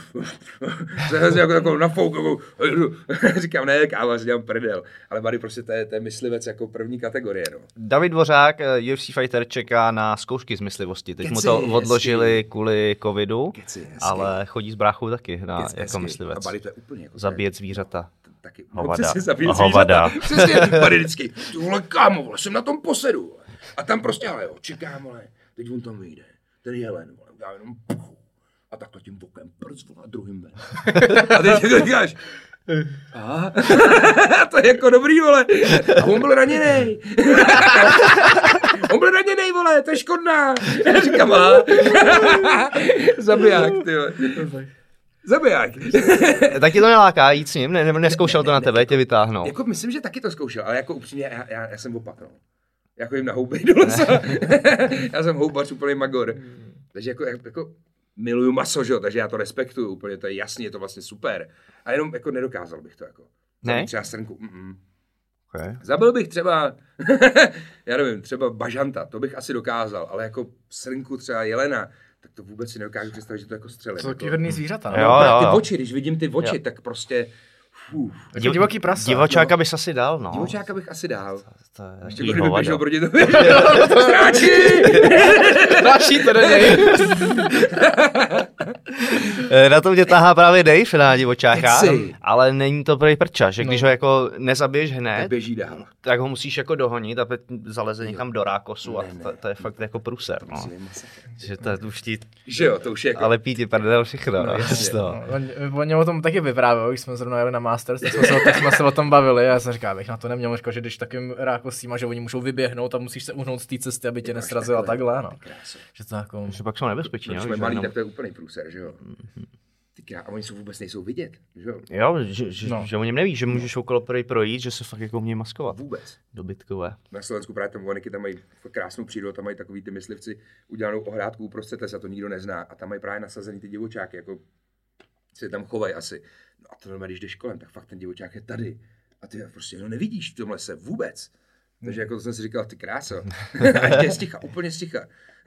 jako nafouk, jako, říkám, ne, kámo, já si dělám prdel. Ale Buddy prostě to je myslivec jako první kategorie, no.
David Dvořák, UFC fighter, čeká na zkoušky z myslivosti. Teď mu to odložili kvůli covidu. Keci, ale chodí s bráchou taky jako myslivec.
A Buddy to je úplně jako
zabíjet zvířata.
Taky.
Hovada.
Přesně, Buddy vždycky. Ty vole, kámo, vole, jsem na tom posedu. Vole. A tam prostě, ale jo, čekám, vole, teď on tam vyjde. Ten jelen, vole, dá jenom puchu. A takhle tím bokem prc, vole, a druhým ven. A teď jako říkáš, aha, to je jako dobrý, vole. A on byl raněnej. On byl raněnej, vole, to je škodná. Já říkám, zabiják, ty vole. Zabiják.
Taky to neláká jít s ním? Neskoušel to na tebe, tě vytáhnou.
Jako myslím, že taky to zkoušel, ale jako upřímně, já jsem opak, no. Jako jim na houby do lesa. Já jsem houbař, úplný magor. Takže jako miluju maso, že jo, takže já to respektuju úplně, to je jasný, je to vlastně super. A jenom jako nedokázal bych to jako.
Ne?
Třeba srnku.
Okay.
Zabil bych třeba, já nevím, třeba bažanta, to bych asi dokázal, ale jako srnku třeba jelena, tak to vůbec si nedokážu představit, že to jako střelím.
To jsou taky hodný zvířata.
Ty oči, když vidím ty oči, tak prostě...
Divoký prasa.
Divočáka bys asi dal, no.
Divočáka bych asi dal.
To je
ještě kdyby běžel proti tobě.
Stráčí to do něj.
Na to mě tahá právě Dave na divočáka, ale není to prý prča, že když ho jako nezabiješ hned,
běží dál.
Tak ho musíš jako dohonit a zaleze někam do rákosu a to je fakt jako průser, no. Že to už ti...
Že jo, to už je jako...
Ale pít ti prdel všechno, no.
Oni o tom taky vyprávěli, když jsme zrovna jeli na Masters, tak jsme se o tom bavili a já jsem říkal, abych na to neměl říkat, že když takým rákosím a že oni můžou vyběhnout a musíš se uhnout z té cesty, aby tě nesrazil a takhle, no. Že to jako...
Že pak jsou nebezpečí,
no. Když jsme malí, tak to je úplný průser, že jo. A oni vůbec nejsou vidět, že jo?
Jo, že o něm nevíš, že můžeš okolo projít, že se fakt jako umějí maskovat.
Vůbec.
Dobytkové.
Na Slovensku právě tam Voniky, tam mají krásnou přírodu, tam mají takový ty myslivci udělanou ohrádku uprostřed lesa, to nikdo nezná. A tam mají právě nasazený ty divočáky, jako se tam chovají asi. No a to normálně, když jdeš kolem, tak fakt ten divočák je tady. A ty prostě ho nevidíš v tom lese vůbec. Takže jako to jsem si říkal, ty kráso. A ještě je sticha, úplně sticha.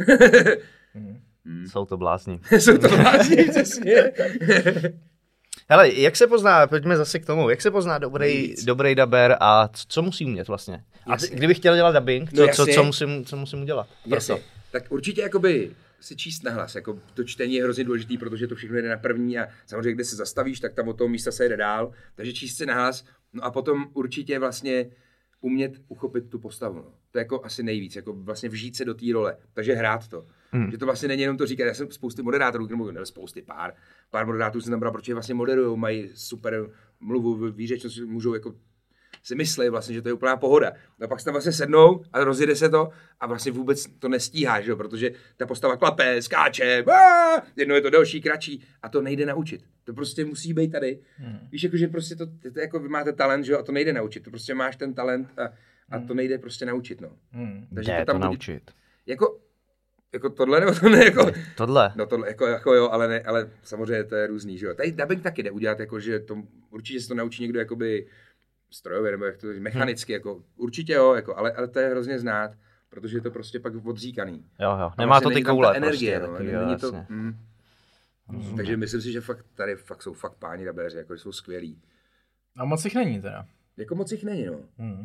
Jsou to blázni.
Jsou to blázni, přesně.
Hele, jak se pozná, pojďme zase k tomu, jak se pozná dobrý daber a co musí umět vlastně? A kdybych chtěl dělat dubbing, co musím udělat?
Tak určitě jakoby si číst nahlas, jako to čtení je hrozně důležitý, protože to všechno jde na první a samozřejmě, kde se zastavíš, tak tam od toho místa se jde dál, takže číst si nahlas, no a potom určitě vlastně umět uchopit tu postavu, no. To je jako asi nejvíc, jako vlastně vžít se do té role, takže hrát to. Že to vlastně není jenom to říkat, já jsem spousty moderátorů, pár moderátorů jsem tam bral, protože vlastně moderujou, mají super mluvu, výřečnost, můžou jako si myslí vlastně, že to je úplná pohoda. No a pak se tam vlastně sednou a rozjede se to a vlastně vůbec to nestíháš, že? Protože ta postava klape, skáče, jedno je to delší, kratší a to nejde naučit. To prostě musí být tady. Víš, jako, že prostě to jako vy máte talent, že? A to nejde naučit. To prostě máš ten talent a to nejde prostě naučit, no.
Takže to tam naučit.
Jako tohle nebo to ne jako...
Tohle.
No tohle jako jo, ale samozřejmě to je různý, že jo. Tady dubbing taky jde udělat, jako že to, určitě se to naučí někdo jakoby strojově, nebo jak to mechanicky, jako určitě jo, jako, ale to je hrozně znát, protože je to prostě pak odříkaný.
Jo, nemá to ty koule
energie,
prostě.
No, není to, Takže myslím si, že fakt tady jsou fakt páni dabéři, jako jsou skvělí.
A moc jich není teda.
Jako moc jich není, no.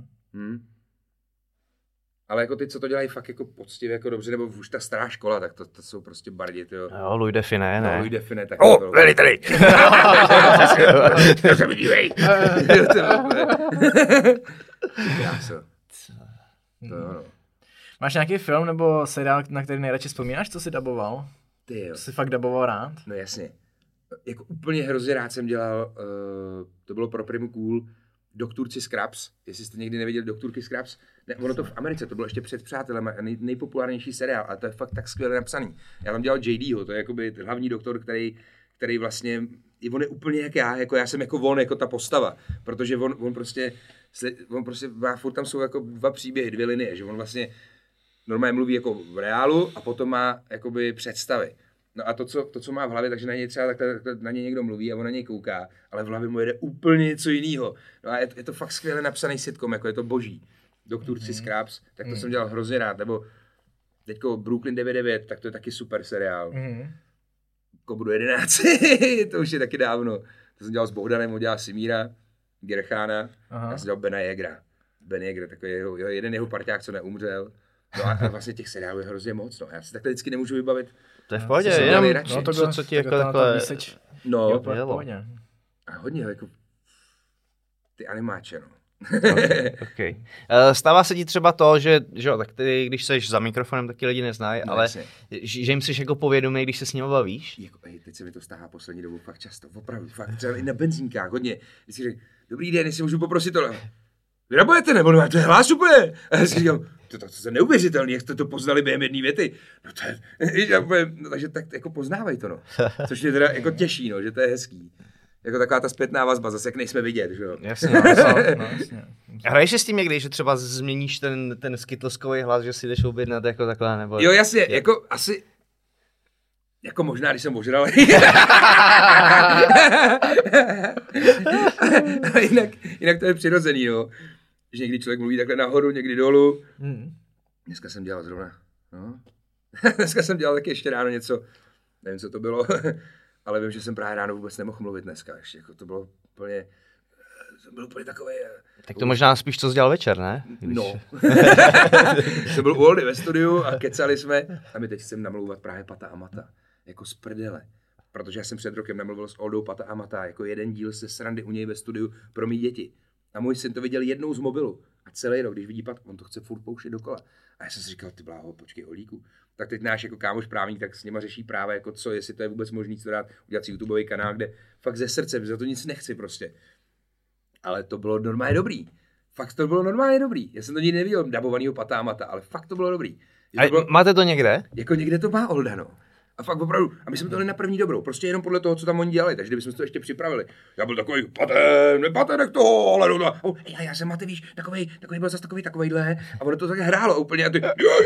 Ale jako ty, co to dělají fakt jako poctivě, jako dobře, nebo už ta stará škola, tak to jsou prostě bardi, tyjo.
Jo, Louis Define, ne?
No, Louis Define, tak
byli tady!
To se mi dívej! Krása. No.
Máš nějaký film nebo seriál, na který nejradši vzpomínáš, co jsi daboval?
Ty jo.
Co jsi fakt daboval rád?
No jasně. Jako úplně hrozně rád jsem dělal, to bylo pro Primu Cool, Doktorci Scrubs, jestli jste někdy neviděli Doktorky Scrubs. Ne, ono to v Americe, to bylo ještě před Přátelema, nejpopulárnější seriál, ale to je fakt tak skvěle napsaný. Já tam dělal JDho, to je jakoby hlavní doktor, který vlastně, on je úplně jak já jsem jako on, jako ta postava, protože on prostě má, furt tam jsou jako dva příběhy, dvě linie, že on vlastně normálně mluví jako v reálu a potom má jakoby představy. No a to, co má v hlavě, takže na něj třeba takhle na něj někdo mluví a on na něj kouká, ale v hlavě mu jede úplně něco jiného. No a je to fakt skvěle napsaný sitcom, jako je to boží. Doktorci Scrubs, tak to jsem dělal hrozně rád, nebo teďko Brooklyn 99, tak to je taky super seriál. Kobudu 11, to už je taky dávno. To jsem dělal s Bohdanem, on dělal Simíra, Gerchána, já jsem dělal Bena Jägra. Ben Jäger, takový jeden jeho parťák, co neumřel. No a vlastně těch seriálů je hrozně moc, no. Já si takhle vždycky nemůžu vybavit.
To je v pohodě, jenom co ti jako takhle...
No,
jo, v pohodě.
A hodně, jako ty animáče, no.
Okay. Stává se ti třeba to, že jo, tak ty, když seš za mikrofonem, taky lidi neznají, no, ale že jim jsi jako povědomý, když se s nimi bavíš?
Jako, teď se mi to stává poslední dobu fakt často, opravdu, fakt třeba i na benzínkách, hodně. Když si řekl, dobrý den, jestli můžu poprosit tohle. Vyrabujete, nebo no, to je hlas úplně. A já si říkám, to je neuvěřitelný, jak jste to poznali během jedné věty. No to je, no, takže tak jako poznávaj to, no. Což mě teda jako těší, no, že to je hezký. Jako taková ta zpětná vazba, zase jak nejsme vidět, že jo.
Jasně, jasně.
A hraješ si s tím někdy, že třeba změníš ten skitlskový hlas, že si jdeš objednat jako takhle, nebo...
Jo, jasně, jako asi... Jako možná, když jsem ožralý. jinak to je přirozený, no. Že někdy člověk mluví takhle nahoru, někdy dolů. Dneska jsem dělal zrovna, no. Dneska jsem dělal taky ještě ráno něco, nevím, co to bylo, ale vím, že jsem právě ráno vůbec nemohl mluvit dneska. Ještě jako to bylo úplně takové...
Tak to možná spíš, co jsi dělal večer, ne?
No. Jsem byl u Oldy ve studiu a kecali jsme a my teď chcem namlouvat právě Pata a Mata. Jako z prdele. Protože já jsem před rokem namluvil s Oldou Pata a Mata jako jeden díl ze srandy u něj ve studiu pro mý děti. A můj syn to viděl jednou z mobilu. A celý rok, když vidí Pat, on to chce furt pouštět dokola. A já jsem si říkal, ty bláho, počkej, Olíku. Tak teď náš jako kámoš právník, tak s nima řeší právě jako co, jestli to je vůbec možný to dát, udělat si YouTubeový kanál, kde fakt ze srdce, za to nic nechci prostě. Ale to bylo normálně dobrý. Fakt to bylo normálně dobrý. Já jsem to nikdy neviděl dabovanýho Pata a Mata, ale fakt to bylo dobrý.
A
bylo,
máte to někde?
Jako někde to má Olda, no. A fakt opravdu, a my jsme to dali na první dobrou, prostě jenom podle toho, co tam oni dělali, takže kdybychom to ještě připravili. Já byl takový, Pate, nech toho, ale no, já jsem, Mate, víš, takový byl zase takovejhle, a ono to tak hrálo úplně, a ty,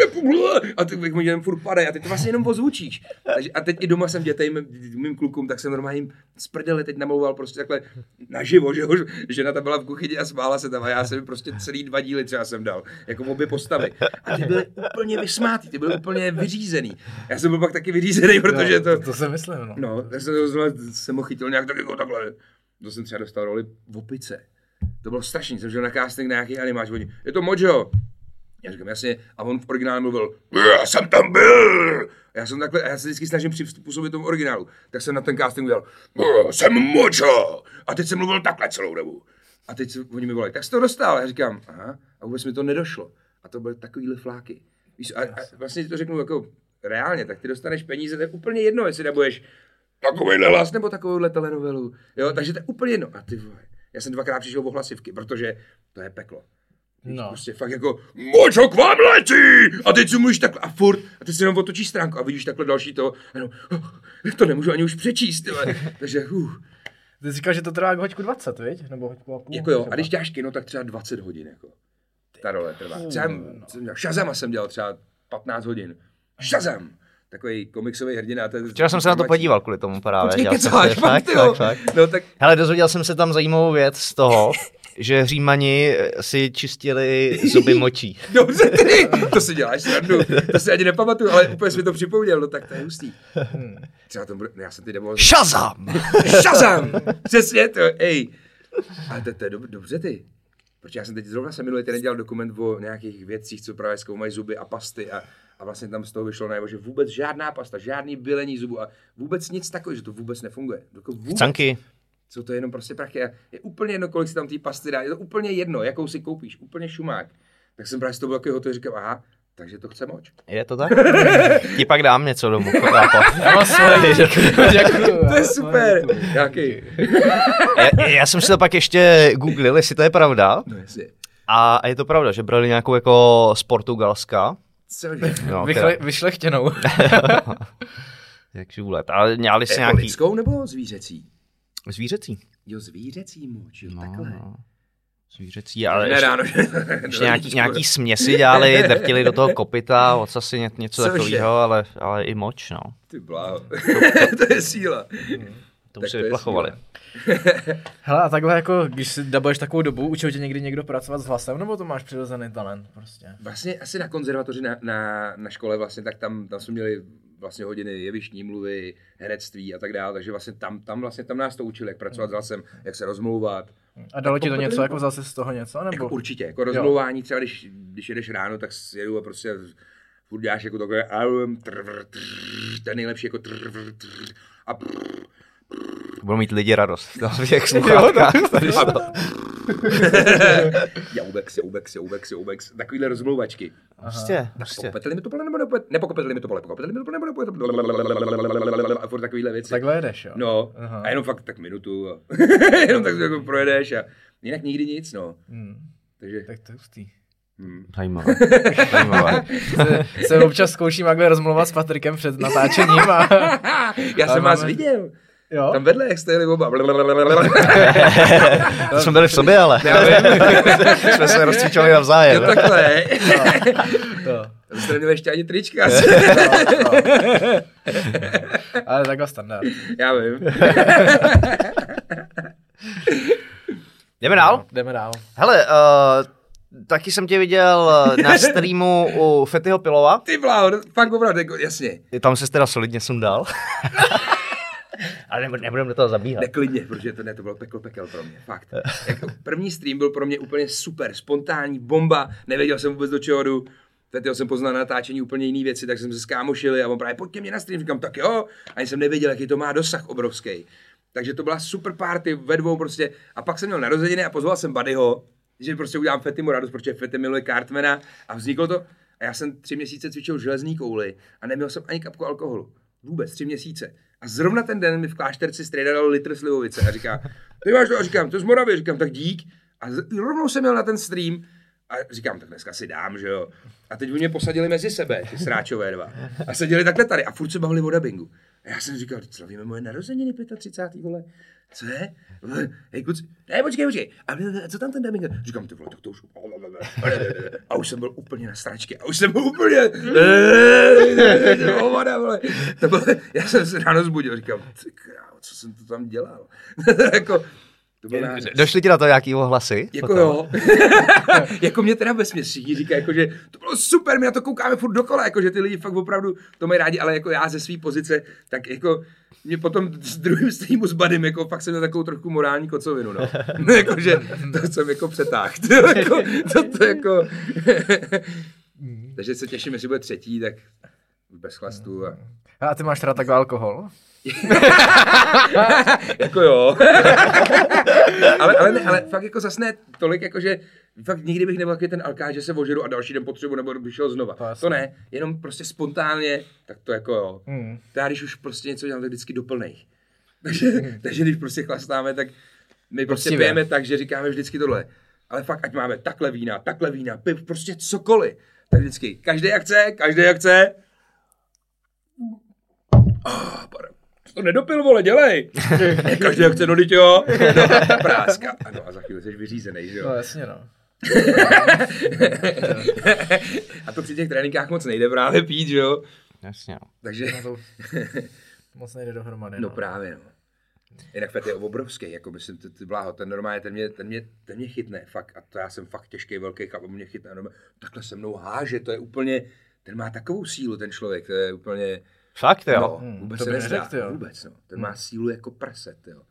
a ty jak mi furt padají, a ty to vlastně jenom ozvučíš. A teď i doma jsem dětejím, mým klukům, tak jsem normálně z prdele teď namlouval prostě takhle naživo, že žena ta byla v kuchyni a smála se tam, a já jsem prostě celý 2 díly třeba jsem dal, jako obě postavy. A ty byly úplně vysmátý, ty byly úplně vyřízený. Já jsem byl pak taky vyřízený, protože
to jsem myslím, no.
No, tak jsem ho chytil nějak jako takhle. To jsem třeba dostal roli v Opice. To bylo strašný, jsem šel na casting na nějaký animáč, je to Mojo. Já říkám, jasně, a on v originále mluvil, já jsem tam byl. Já se vždycky snažím přizpůsobit tomu originálu. Tak jsem na ten casting udělal, jsem Mojo. A teď jsem mluvil takhle celou dobu. A teď oni mi volají, tak jsi to dostal. Já říkám, aha, a vůbec mi to nedošlo. A to byly takovýhle fláky. Víš, a vlastně to řeknu jako reálně, tak ty dostaneš peníze, to je úplně jedno, jestli dabuješ takovýhle hlas nebo takovouhle telenovelu. Jo, takže to je úplně jedno. A ty vole, já jsem 2krát přišel o hlasivky, protože to je peklo. No. Prostě fakt jako, Mojo k vám letí! A teď si mluvíš takhle a furt, a ty si jenom otočíš stránku a vidíš takhle další to, a jenom, to nemůžu ani už přečíst, tyhle. Takže,
Ty jsi říkal, že to trvá jako hoďku 20, viď? Nebo hoďku a půl?
Jako jo, a když děláš kino, tak třeba 20 hodin, jako. Ta role trvá. Shazama jsem dělal třeba 15 hodin. Shazam! Takový komiksový hrdina.
Včera jsem se na to podíval kvůli tomu právě.
Počkej, kecáš, fakt.
No, tak... Hele, dozvěděl jsem se tam zajímavou věc z toho, že Římani si čistili zuby močí.
Dobře, ty, to si děláš srandu, to si ani nepamatuju, ale úplně jsi mi to připomněl, no tak to je hustý. Třeba to bude, já jsem ty demo...
Shazam!
Shazam! Přesně to, ej. Ale to je dobře ty. Protože já jsem teď zrovna minulý týden dělal dokument o nějakých věcích, co právě zkoumají zuby a pasty a vlastně tam z toho vyšlo najevo, že vůbec žádná pasta, žádný bylení zubu a vůbec nic takového, že to vůbec nefunguje.
Canky.
Co to je jenom prostě prachy a je úplně jedno, kolik si tam té pasty dá, je to úplně jedno, jakou si koupíš, úplně šumák. Tak jsem právě z toho byl takový hotový, říkám, aha, takže to chce moč.
Je to tak? Ti pak dám něco domů.
To je super. Jaký?
Já jsem si to pak ještě googlil, jestli to je pravda.
No jasně.
A je to pravda, že brali nějakou jako z Portugalska.
Cože?
No,
Vyšlechtěnou.
Jak žůlet. Ale měli si
Jako
nějaký...
lidskou nebo zvířecí?
Zvířecí.
Jo, zvířecí moč, jo, takhle.
No. Zvířecí, ale
ještě
nějaký směsi dělali, drtili do toho kopyta, ocasy něco takového, ale i moč, no.
Ty bláho, to je síla.
To už si vyplachovali.
Hele, a takhle jako, když si dabuješ takovou dobu, učil tě někdy někdo pracovat s hlasem, nebo to máš přirozený talent prostě?
Vlastně asi na konzervatoři na škole vlastně, tak tam jsme měli vlastně hodiny jevištní mluvy, herectví a tak dále, takže vlastně tam nás to učili, jak pracovat s hlasem, jak se rozmlouvat.
A dalo ti to něco, jako zase z toho něco, nebo?
Jako určitě, jako rozmlouvání, třeba když jedeš ráno, tak jedu a prostě furt děláš jako takové to je nejlepší jako a
budou mít lidi radost. V těch sluchátkách.
Joubex. Takovýhle rozmlouvačky.
Prostě.
Pokopeteli mi to pole, nebo nepokopeteli mi to pole, pokopeteli mi to pole, nebo a furt takovýhle věci.
Takhle jedeš, jo?
No, a jenom fakt tak minutu a jenom tak jako projedeš a jinak nikdy nic, no. Takže...
Tak to je hustý.
Zajímavé.
Se občas zkouším takhle rozmluvat s Patrikem před natáčením a...
Já jsem vás viděl.
Jo?
Tam vedle, jak jste jeli oba.
To jsme byli v sobě, ale. Jsme se rozcvičovali navzájem.
Jo, takhle. Tam jste neměli ještě ani trička.
Ale takhle standard.
Já vím.
Jdeme dál?
Jdeme dál.
Hele, taky jsem tě viděl na streamu u Fettyho Pilova.
Ty bláho, fakt opravdu, jako, jasně.
Tam se teda solidně sundal. Ale nebudeme do toho zabíhat.
Neklidně, protože to bylo pekel pro mě, fakt. Jako první stream byl pro mě úplně super, spontánní, bomba, nevěděl jsem vůbec do čeho jdu. Fettyho jsem poznal na natáčení úplně jiný věci, tak jsem se skámošili a on právě pojďte mě na stream, říkám tak jo. Ani jsem nevěděl, jaký to má dosah obrovský. Takže to byla super party ve dvou prostě. A pak jsem měl narozeniny a pozval jsem Buddyho, že prostě udělám Fettymu radost, protože Fetty miluje Cartmana a vzniklo to. A já jsem 3 měsíce cvičil železný kouli a neměl jsem ani kapku alkoholu. Vůbec 3 měsíce. A zrovna ten den mi v klášterci strejda dal litr slivovice a říká, ty máš to? A říkám, to z Moravy. Říkám, tak dík. A rovnou jsem měl na ten stream a říkám, tak dneska si dám, že jo. A teď mě posadili mezi sebe, ty sráčové dva. A seděli takhle tady a furt se bavili o dabingu. A já jsem říkal, slavíme moje narozeniny 35. vole. Co je? Hej, kluci, ne, počkej. A co tam ten dubbing? Říkám, ty vole, tak to už... A už jsem byl úplně na sračky. A už jsem byl úplně... Já jsem se ráno zbudil. Říkám, ty krávo, co jsem to tam dělal? Jako...
Došli ti na to nějaký ohlasy?
Jako
potom?
jo. Jako mě teda vesměs všichni říkají, jako, že to bylo super, my na to koukáme furt dokola, jako, že ty lidi fakt opravdu to mají rádi, ale jako já ze své pozice, tak jako mě potom s druhým streamu s Buddym, jako fakt jsem měl takovou trochu morální kocovinu, no. Jako, že to jsem jako přetáhl. To jako... Takže se těším, jestli bude třetí, tak bez chlastu.
A ty máš teda takový alkohol?
Jako jo. ale fakt jako zas ne tolik, jakože fakt nikdy bych nebyl ten alkáč, že se ožeru a další den potřebuji nebo bych šel znova. To ne, jenom prostě spontánně, tak to jako jo. Já když už prostě něco dělám, tak vždycky do plnej. Takže když prostě chlastáme, tak my prostě pijeme tak, že říkáme vždycky tohle. Ale fakt, ať máme takhle vína, piv, prostě cokoliv. Tak vždycky, každý jak chce. To nedopil, vole, dělej. Každý jak chce, no, jo. No, práska. Ano, a za chvíli jsi vyřízenej, že jo.
No, jasně, no.
A to při těch tréninkách moc nejde právě pít, že jo.
Jasně, no.
Takže...
No to moc nejde dohromady,
no právě, no. Jinak Fett je obrovský, jako myslím, ty bláho, ten normálně, ten mě chytne, fakt, a to já jsem fakt těžký, velký chlap, mě chytne, normálně, takhle se mnou háže, to je úplně, ten má takovou sílu, ten člověk, to je úplně,
Fakt, jo?
no, vůbec se nezdá, vůbec, no, ten má sílu jako prset, jo,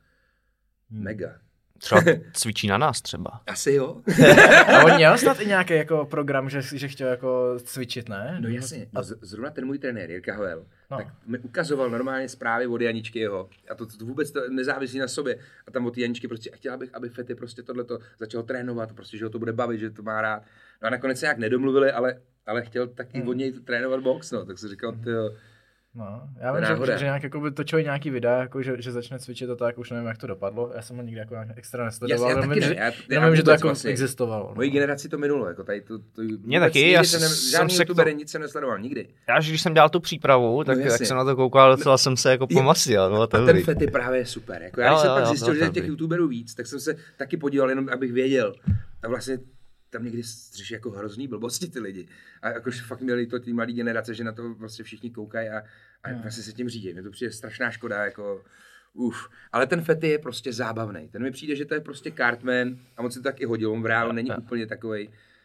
mega.
Třeba cvičí na nás třeba.
Asi jo.
A on měl snad i nějaký jako program, že chtěl jako cvičit, ne?
No jasně, zrovna ten můj trenér, Jirka Havel,
No.
tak mi ukazoval normálně zprávy od Janičky jeho. A to vůbec nezávisí na sobě. A tam od Janičky prostě, a chtěla bych, aby Fetty prostě tohleto začal trénovat, prostě, že ho to bude bavit, že to má rád. No a nakonec se nějak nedomluvili, ale chtěl taky od něj trénovat box, no. Tak jsem říkal, tyjo.
No, já vím, že nějak jako by točili nějaký videa, jako že začne cvičit a tak, už nevím, jak to dopadlo. Já jsem ho nikdy jako extra nesledoval.
Já taky ne.
Já vím, že to jako vlastně existovalo.
Mojí generaci to minulo, jako tady to
mě taky,
žádný youtuber nic jsem nesledoval, nikdy.
Já, když jsem dělal tu přípravu, tak jak jsem na to koukal, docela jsem se jako pomasil. No,
a ten Fetty právě je super. Jako já když jsem pak zjistil, že těch youtuberů víc, tak jsem se taky podíval, jenom abych věděl. A vlastně tam někdy řeší jako hrozný blbosti ty lidi. A jakož fakt měli to ty mladé generace, že na to vlastně všichni koukají a vlastně se tím řídí. Mně to přijde strašná škoda, jako Ale ten Fetty je prostě zábavný. Ten mi přijde, že to je prostě Cartman a on si to taky hodil. On v reálu není úplně takovej,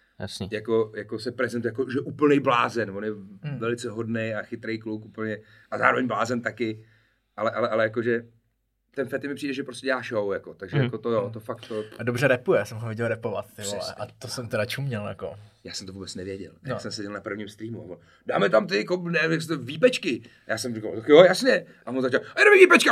jako se prezentuje, jako že úplnej blázen. On je velice hodnej a chytrý kluk úplně a zároveň blázen taky. Ale jakože ten Fetty mi přijde, že prostě dělá show, jako, takže jako to jo, to fakt to...
A dobře rapuje, já jsem ho viděl rapovat, ty vole, a to jsem teda čuměl, jako.
Já jsem to vůbec nevěděl, jak jsem seděl na prvním streamu, dáme tam ty výpečky. Já jsem říkal, tak jo, jasně. A on začal, jdeme výpečka,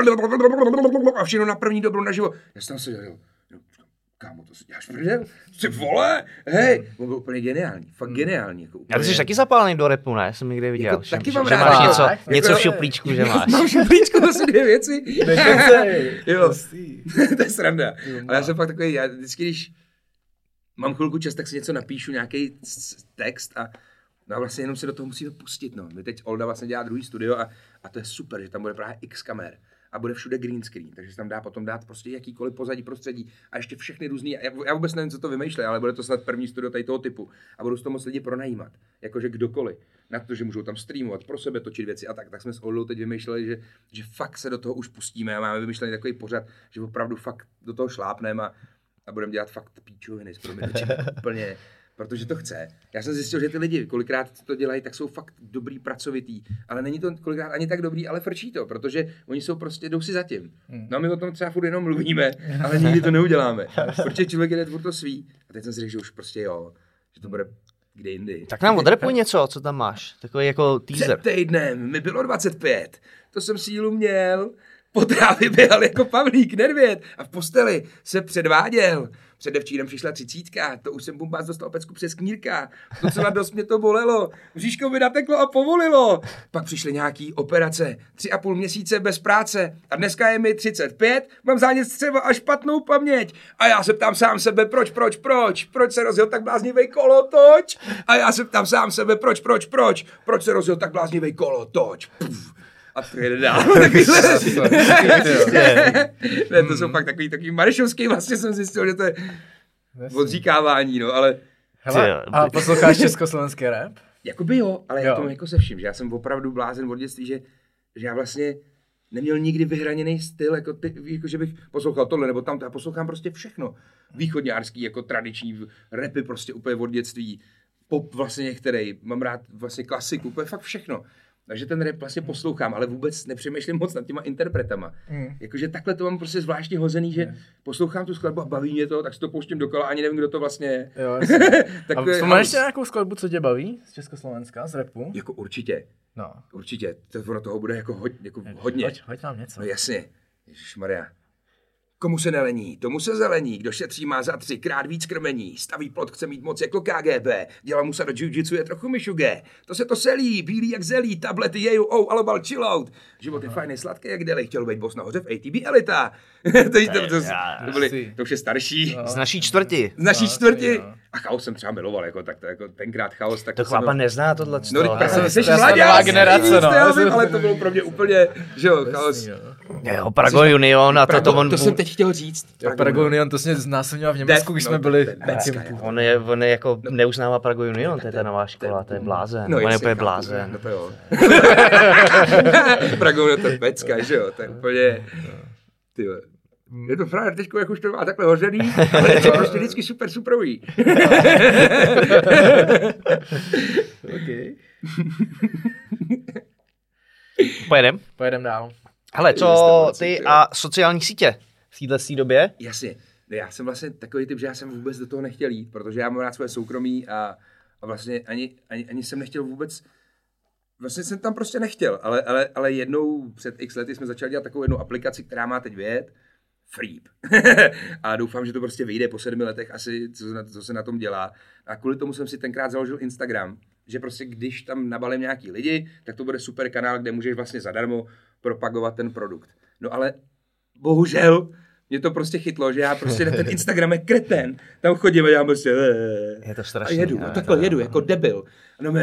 a všechno na první dobro naživo. Já jsem tam seděl, kámo, to si děláš prdel? Ty vole, hej, on byl úplně geniální, fakt geniální. Jako úplně...
Já ty jsi taky zapálený do rapu, ne? Jsem někde viděl.
Jako, taky
že
mám
že
rád.
máš něco v šuplíčku, že máš.
Mám v šuplíčku asi 2 věci. Jo, to je sranda. Ale já jsem fakt takový, já vždycky, když mám chvilku čas, tak si něco napíšu, nějaký text a vlastně jenom se do toho musíme pustit. No. My teď Olda vlastně dělá druhý studio a to je super, že tam bude právě x kamer. A bude všude green screen, takže se tam dá potom dát prostě jakýkoliv pozadí prostředí a ještě všechny různý. Já vůbec nevím, co to vymýšlí, ale bude to snad první studio tady toho typu a budou to moc lidi pronajímat, jakože kdokoliv. Na to, že můžou tam streamovat, pro sebe točit věci a tak jsme s Oldou teď vymýšleli, že fakt se do toho už pustíme a máme vymyšlený takový pořad, že opravdu fakt do toho šlápneme a budeme dělat fakt píčoviny s proměnčím úplně. Protože to chce. Já jsem zjistil, že ty lidi, kolikrát to dělají, tak jsou fakt dobrý, pracovitý, ale není to kolikrát ani tak dobrý, ale frčí to, protože oni jsou prostě, jdou si zatím. No a my o tom třeba furt jenom mluvíme, ale nikdy to neuděláme. Protože člověk jde furt to svý. A teď jsem si řekl, že už prostě jo, že to bude kde jindy.
Tak nám odrepuj něco, co tam máš, takový jako teaser.
Před týdnem mi bylo 25, to jsem sílu měl, po trávě běhal jako Pavlík, Nedvěd a v posteli se předváděl. Předevčírem přišla 30, to už jsem bumbác dostal pecku přes knírka. Docela dost mě to bolelo. Bříško mi nateklo a povolilo. Pak přišly nějaký operace. 3,5 měsíce bez práce. A dneska je mi 35, mám zánět střeva a špatnou paměť. A já se ptám sám sebe, proč se rozjel tak bláznivej kolotoč? A já se ptám sám sebe, proč se rozjel tak bláznivej kolotoč? A to jde dál. Ne, to jsou pak takový maršovský, vlastně jsem zjistil, že to je odříkávání, no, ale...
Hele, a posloucháš československý rap?
Jakoby jo, ale já tomu jako se vším, že já jsem opravdu blázen od dětství, že já vlastně neměl nikdy vyhraněný styl, jako že bych poslouchal tohle nebo tamto, já poslouchám prostě všechno. Východňářský, jako tradiční rapy prostě úplně od dětství, pop vlastně některý, mám rád vlastně klasiku, úplně fakt všechno. Takže ten rap vlastně poslouchám, ale vůbec nepřemýšlím moc nad těma interpretama. Jakože takhle to mám prostě zvláštně hozený, že poslouchám tu skladbu a baví mě to, tak si to pouštím do kola, ani nevím, kdo to vlastně je.
Jo, a máš ještě nějakou skladbu, co tě baví z Československa, z rapu?
Jako určitě.
No.
Určitě. Toho bude jako hodně.
Hoď nám něco.
No jasně. Ježišmarja. Komu se nelení, tomu se zelení, kdo šetří má za 3krát víc krmení, staví plot, chce mít moc jako KGB, dělá mu se do jiu-jitsu je trochu myšugé, to se to selí, bílý jak zelí, tablety jeju, alobal chillout, život je fajný, sladký jak deli, chtěl být boss nahoře v ATB Elita. To už je starší.
Z naší čtvrti.
Z naší čtvrti. A Chaos jsem třeba miloval, jako tenkrát Chaos. Tak
to chlapa nezná tohle.
No, jsi mladá generace, no. Ale to bylo pro mě úplně, že jo, Chaos.
Jo, Prago Union a
to jsem teď chtěl říct.
Prago Union, to jsem znásilňoval v Německu, když jsme byli.
On je jako neuznává Prago Union, to je ta nová škola, to je blázen. On je úplně blázen.
No to jo. Prago Union, to je pecka, že jo, to je úplně... Tyhle. Je to frajer teďko, jak už to má takhle hořený, ale je to prostě vždycky superový.
Okay. Pojedem dál.
Hele, co ty a sociální sítě v této době?
Jasně. Já jsem vlastně takový typ, že já jsem vůbec do toho nechtěl jít, protože já mám rád svoje soukromí a vlastně ani jsem nechtěl vůbec, vlastně jsem tam prostě nechtěl, ale jednou před x lety jsme začali dělat takovou jednu aplikaci, která má teď vyjet, Freep. A doufám, že to prostě vyjde po 7 letech asi, co se na tom dělá. A kvůli tomu jsem si tenkrát založil Instagram, že prostě když tam nabalím nějaký lidi, tak to bude super kanál, kde můžeš vlastně zadarmo propagovat ten produkt. No ale bohužel mě to prostě chytlo, že já prostě na ten Instagram je kreten, tam chodím a já prostě
je to strašný.
A jedu, a takhle jedu, jako debil. A no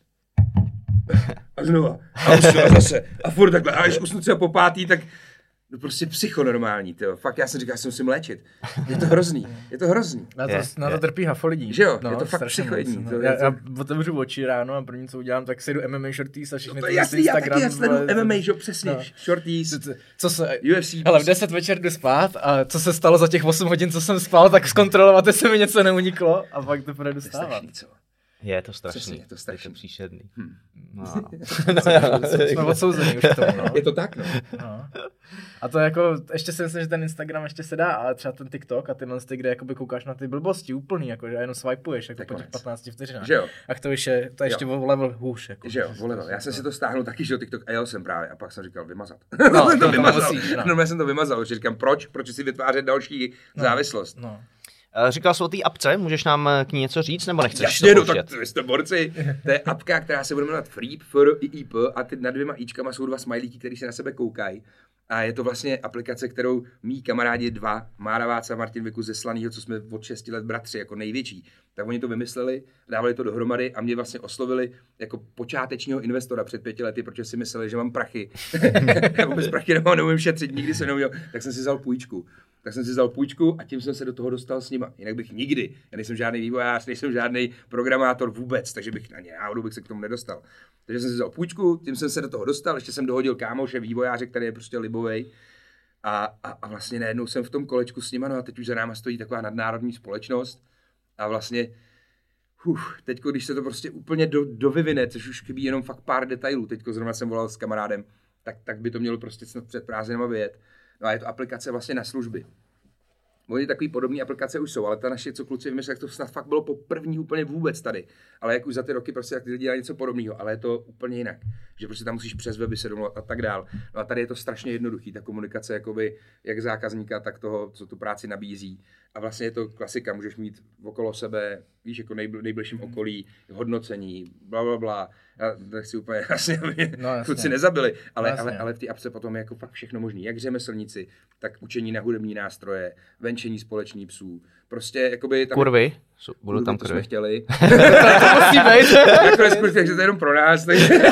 a znova, a zase, a furt takhle, a když usnu třeba po 5., tak no prostě psychonormální, tyjo. Fakt já jsem říkal, že se musím léčit. Je to hrozný.
Na to trpí hafo lidí.
Že jo, je to fakt psychoidní.
Já otevřu oči ráno a první, co udělám, tak si jdu MMA shorties a všechny
to jasný, Instagram. Já taky sleduju MMA, že přesně, shorties,
co se,
UFC.
Hele, v 10 večer jdu spát a co se stalo za těch 8 hodin, co jsem spal, tak zkontrolovat, jestli mi něco neuniklo a pak to půjdu stávat.
Je to strašný.
Přesně, je to strašný.
Je to příšerný.
No. Jsme odsouzení už k tomu, no.
Je to tak, no.
A to jako, ještě si myslím, že ten Instagram ještě se dá, ale třeba ten TikTok a tyhle kde jakoby koukáš na ty blbosti úplný, jako, že jenom swipeuješ jako po těch 15 vteřinách.
Že jo.
A to je ještě o level hůř. Jako,
že jo, o level. Já jsem si to stáhnul taky, že jo, TikTok, a jel jsem právě, a pak jsem říkal vymazat.
No,
jsem to vymazal.
Musíš, no.
No, já jsem to vymazal, že říkám, proč si vytvářet další závislost.
No.
Říkal jsi o té apce, můžeš nám k ní něco říct, nebo nechceš?
Jasně, no tak vy jste borci. To je apka, která se bude jmenovat Freep, F-R-I-I-P, a ty nad 2 ičkama jsou 2 smajlíky, který se na sebe koukají. A je to vlastně aplikace, kterou mý kamarádi 2, Mára Váca a Martin Viku ze Slanýho, co jsme od 6 let bratři, jako největší, tak oni to vymysleli, dávali to dohromady a mě vlastně oslovili jako počátečního investora před 5 lety, protože si mysleli, že mám prachy. Já vůbec prachy nemám, neumím šetřit, nikdy se neuměl, tak jsem si vzal půjčku. A tím jsem se do toho dostal s nima. Jinak bych nikdy, já nejsem žádný vývojář, nejsem žádný programátor vůbec, takže bych na náhodou bych se k tomu nedostal. Takže jsem si vzal půjčku, tím jsem se do toho dostal, ještě jsem dohodil kámoše, vývojáře, který je prostě libovej. A vlastně najednou jsem v tom kolečku s nima, no a teď už za náma stojí taková nadnárodní společnost. A vlastně, teďko, když se to prostě úplně dovyvine, což už chybí jenom fakt pár detailů, teďko zrovna jsem volal s kamarádem, tak by to mělo prostě snad před prázdninama vyjet. No a je to aplikace vlastně na služby. Oni takový podobné aplikace už jsou, ale ta naše, co kluci vymysleli, to snad fakt bylo poprvní úplně vůbec tady. Ale jak už za ty roky prostě tak ty lidi dělají něco podobného, ale je to úplně jinak. Že prostě tam musíš přes weby se domluvat a tak dál. No a tady je to strašně jednoduchý, ta komunikace jakoby jak zákazníka, tak toho, co tu práci nabízí. A vlastně je to klasika, můžeš mít okolo sebe, víš, jako nejbližším okolí, hodnocení, blablabla. Já nechci úplně jasně, aby kluci nezabili, ale v té apce potom je jako fakt všechno možný. Jak řemeslníci, tak učení na hudební nástroje, venčení společných psů. Prostě jakoby tam
kurvy, budou tam
kurvy.
kurvy.
Jsme chtěli.
To musí být.
Nakonec kurvy, takže to je jenom pro nás.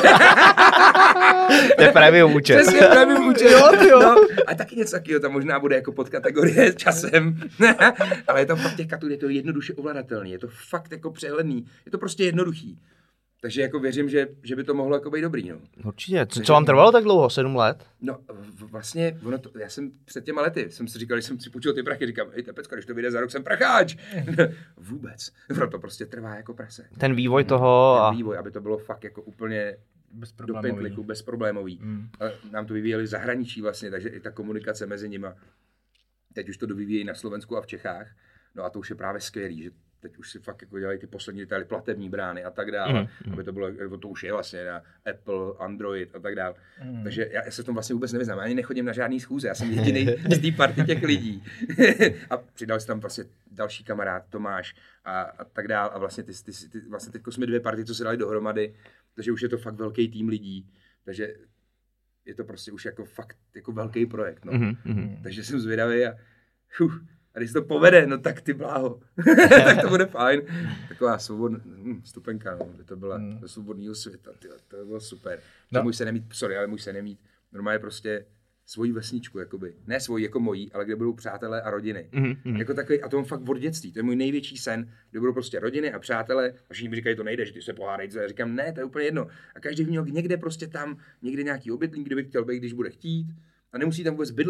To je premium účet.
Přesně, premium účet.
Jo.
No, a taky něco takového tam možná bude jako podkategorie časem. Ale je to fakt těch katů, je to jednoduše ovladatelný, je to fakt jako přehledný, je to prostě jednoduchý. Takže jako věřím, že by to mohlo jako být dobrý, no.
Určitě. Co vám trvalo tak dlouho? 7 let?
No vlastně, já jsem před těma lety, jsem si říkal, když jsem si půjčil ty prachy, říkám, hej Tepecka, když to vyjde za rok, jsem pracháč. Vůbec. Proto prostě trvá jako prase.
Ten vývoj toho
Ten vývoj, aby to bylo fakt jako úplně do pentliku, bezproblémový. Ale nám to vyvíjeli v zahraničí vlastně, takže i ta komunikace mezi nima. Teď už to dovyvíjejí na Slovensku a v Čechách. No a to už je právě skvělý, že teď už si fakt jako dělají ty poslední detaily, platební brány a tak dále, aby to bylo, to už je vlastně na Apple, Android a tak dále. Takže já se v tom vlastně vůbec nevyznám, já ani nechodím na žádný schůze, já jsem jediný z té party těch lidí. A přidal si tam vlastně další kamarád, Tomáš a tak dále a vlastně ty vlastně teďko jsme 2 party, co se dali dohromady, takže už je to fakt velký tým lidí, takže je to prostě už jako fakt jako velký projekt, no. Takže jsem zvědavý a když se to povede, no tak ty bláho, tak to bude fajn. Taková svobodná stupenka, no, by to byla do svobodného světa, tyjo, to by bylo super. No. Můj se nemít normálně prostě svoji vesničku, jakoby. Ne svoji jako mojí, ale kde budou přátelé a rodiny. Jako takový, a to mám fakt od dětství, to je můj největší sen, kde budou prostě rodiny a přátelé, a všichni mi říkají, to nejde, že ty se pohádají, já říkám, ne, to je úplně jedno. A každý měl někde prostě tam, někde nějaký obytník, kde by chtěl být, když bude chtít. A nemusí tam vůbec bydlet,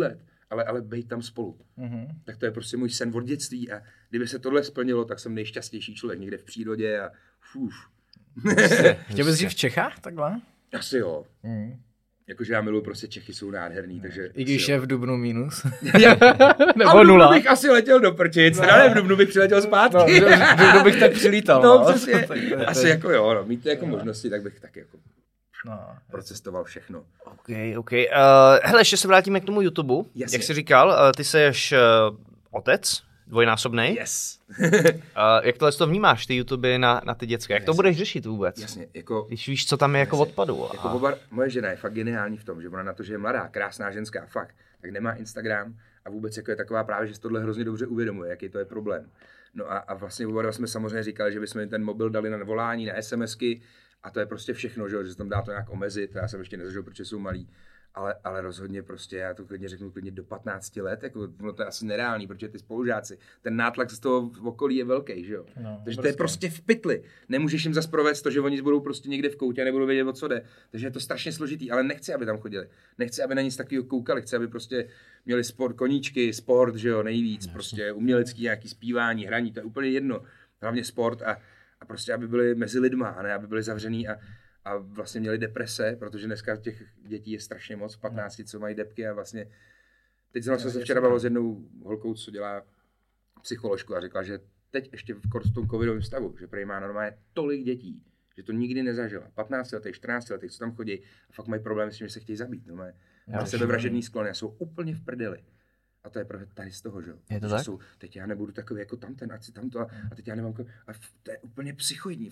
ale bejt tam spolu. Tak to je prostě můj sen od dětství a kdyby se tohle splnilo, tak jsem nejšťastnější člověk někde v přírodě a
Chtěl bys žít v Čechách takhle?
Asi jo. Jakože já miluji prostě Čechy, jsou nádherný, takže...
I když je v dubnu minus.
Nebo nula. Bych asi letěl do Prčic, ne, v dubnu bych přiletěl zpátky.
V dubnu bych tak přilítal.
No, přesně. Asi jako jo, no, mít to jako možnosti, tak bych tak jako procestoval všechno.
OK. Hele, ještě se vrátíme k tomu YouTube.
Jasně.
Jak jsi říkal, ty seš otec, dvojnásobnej.
Yes.
Jak to vnímáš, ty YouTube na ty dětské? Jak to budeš řešit vůbec?
Jasně, jako...
Když víš, co tam je jako odpadu.
Jako moje žena je fakt geniální v tom, že ona na to, že je mladá, krásná ženská, fakt, tak nemá Instagram a vůbec jako je taková právě, že si tohle hrozně dobře uvědomuje, jaký to je problém. No a vlastně oba jsme samozřejmě říkali, že bychom jim ten mobil dali na volání, na SMSky a to je prostě všechno, že se tam dá to nějak omezit, já jsem ještě nezažil, protože jsou malí. Ale rozhodně prostě, já to klidně řeknu, do 15 let, jako, no to je asi nereálný, protože ty spolužáci, ten nátlak z toho okolí je velký, že jo. No, takže to je prostě v pytli. Nemůžeš jim zas provést to, že oni budou prostě někde v koutě a nebudou vědět, o co jde. Takže je to strašně složitý, ale nechci, aby tam chodili. Nechci, aby na nic takového koukali, chci, aby prostě měli sport, koníčky, sport, že jo, nejvíc, prostě umělecký nějaký zpívání, hraní, to je úplně jedno. Hlavně sport a prostě, aby byli mezi lidma, a ne, aby byli zavřený a vlastně měli deprese, protože dneska těch dětí je strašně moc, 15, co mají depky a vlastně teď jsem se včera bavil s jednou holkou, co dělá psycholožku a řekla, že teď ještě v tom covidovém stavu, že prý má normálně tolik dětí, že to nikdy nezažila. 15 letých, 14 letých, co tam chodí a fakt mají problém s tím, že se chtějí zabít. Má sebevražedný sklon a jsou úplně v prdeli. A to je právě tady z toho, že jo.
Je to tak?
Teď já nebudu takový jako tamten, ať si tamto a teď já nemám... A to je úplně psychoidní.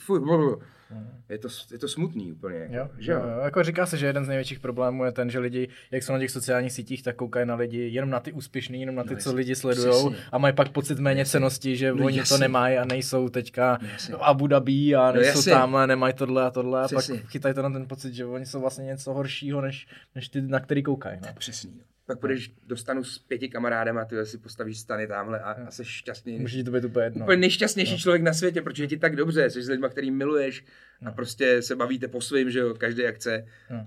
Je to smutný úplně.
Jo. Jako říká se, že jeden z největších problémů je ten, že lidi, jak jsou na těch sociálních sítích, tak koukají na lidi jenom na ty úspěšný, jenom na ty, co lidi sledujou a mají pak pocit méně cennosti, že oni to nemají a nejsou teďka v Abu Dhabi a nejsou tamhle, nemají tohle a tohle a pak chytají to na ten pocit, že oni jsou vlastně něco horšího, než ty, na který koukají. No.
Přesný. Pak půjdeš do stanu s 5 kamarádem a ty si postavíš stany tamhle a jsi šťastný.
Může to být úplně jedno.
Úplně nejšťastnější člověk na světě, protože je ti tak dobře, jsi s lidma, který miluješ a prostě se bavíte po svým, že jo, každý jak chce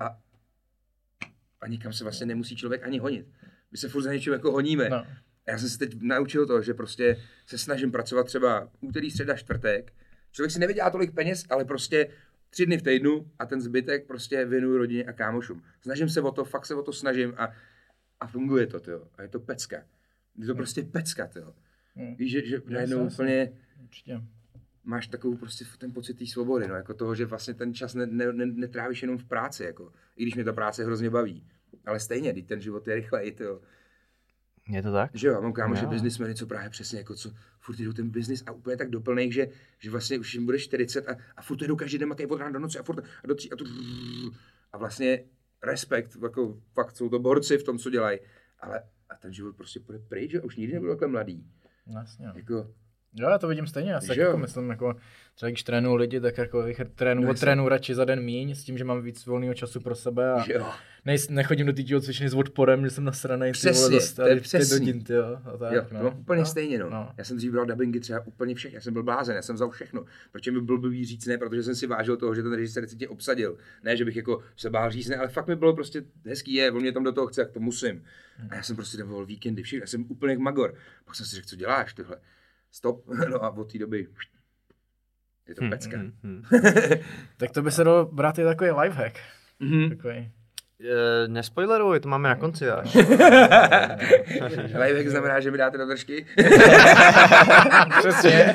a nikam se vlastně nemusí člověk ani honit. My se furt za něčím jako honíme. A já jsem se teď naučil to, že prostě se snažím pracovat třeba úterý, středa, čtvrtek. Člověk si nevydělá tolik peněz, ale prostě 3 dny v týdnu a ten zbytek prostě věnuju rodině a kámošům. Snažím se o to, fakt se o to snažím a funguje to, tyjo. A je to pecka. Je to prostě pecka, tyjo. Víš, že najednou úplně máš takovou prostě ten pocit té svobody, no, jako toho, že vlastně ten čas netrávíš jenom v práci, jako, i když mě ta práce hrozně baví. Ale stejně, když ten život je rychlej, tyjo.
Je to tak?
Že jo, mám kámoše biznismeny, co právě přesně jako co furt jdou ten biznis a úplně tak doplnej, že vlastně už jim bude 40 a furt jdou každý den makají od rána do noci a furt a do 3 a vlastně respekt, jako fakt jsou to borci v tom, co dělají, ale a ten život prostě půjde pryč, že už nikdy nebudu takhle mladý.
Jasně.
Jako,
jo, já to vidím stejně, já si jako myslím, jako třeba když trénuju lidi, tak jako trénuju radši za den míň, s tím, že mám víc volného času pro sebe a nechodím do té tělocvičny s odporem, že jsem nasranej, ty vole, dostali 5 hodin, tyjo.
To mám úplně stejně, no. Já jsem dřív bral dabingy třeba úplně všech, já jsem byl blázen, já jsem vzal všechno, protože mi byl blbý říct ne, protože jsem si vážil toho, že ten režisér si tě obsadil, ne, že bych jako se bál říct ne, ale fakt mi bylo prostě hezký, on mě tam do toho chce, jak to musím. A já jsem prostě dával víkendy, všechno, já jsem úplně jak magor. Pak jsem si řekl, co děláš tyhle. Stop, no a od té doby je to pecka.
Tak to by se dalo brát i takový lifehack. Takový.
Nespoileruj, to máme na konci až.
Lifehack znamená, že mi dáte do držky?
Přesně.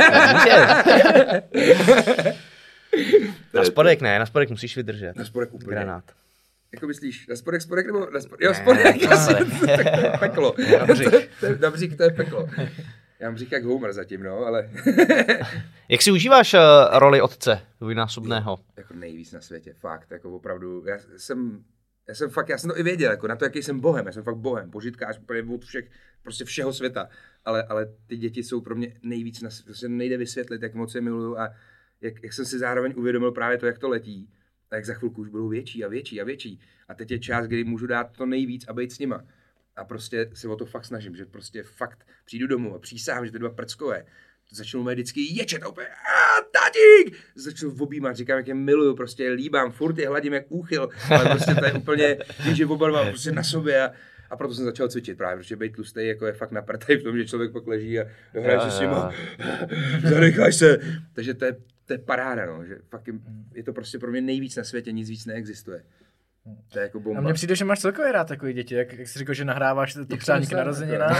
Na spodek ne, na spodek musíš vydržet.
Na spodek úplně.
Granát.
Jako myslíš, na spodek nebo na spodek? Jo, spodek, tak to je peklo. Na břík to je peklo. Já mám říct jak Homer zatím, no, ale...
Jak si užíváš roli otce dvojnásobného?
Jako nejvíc na světě, fakt, jako opravdu. Já jsem to i věděl, jako na to, jaký jsem bohem, já jsem fakt bohem, požitkář od všeho světa, ale ty děti jsou pro mě nejvíc, to se nejde vysvětlit, jak moc je miluju a jak jsem si zároveň uvědomil právě to, jak to letí, a jak za chvilku už budou větší a větší a větší. A teď je čas, kdy můžu dát to nejvíc a být s nima. A prostě se o to fakt snažím, že prostě fakt přijdu domů a přísahám, že ty 2 prckové začnou mě vždycky ječet a úplně tatík! Začnu objímat, říkám, jak je miluju, prostě líbám, furt je hladím jak úchyl, ale prostě to je úplně, že oba dva prostě na sobě A proto jsem začal cvičit právě, protože být tlustý jako je fakt naprtej v tom, že člověk pak leží a hraje si s nima, zanechaj se. Takže to je paráda, no, že fakt je to prostě pro mě nejvíc na světě, nic víc neexistuje. To je jako bomba.
A mně přijde, že máš celkově rád takový děti, jak jsi říkal, že nahráváš to přání k narozeninám.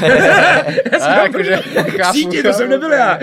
Sítě, to jsem nebyl já.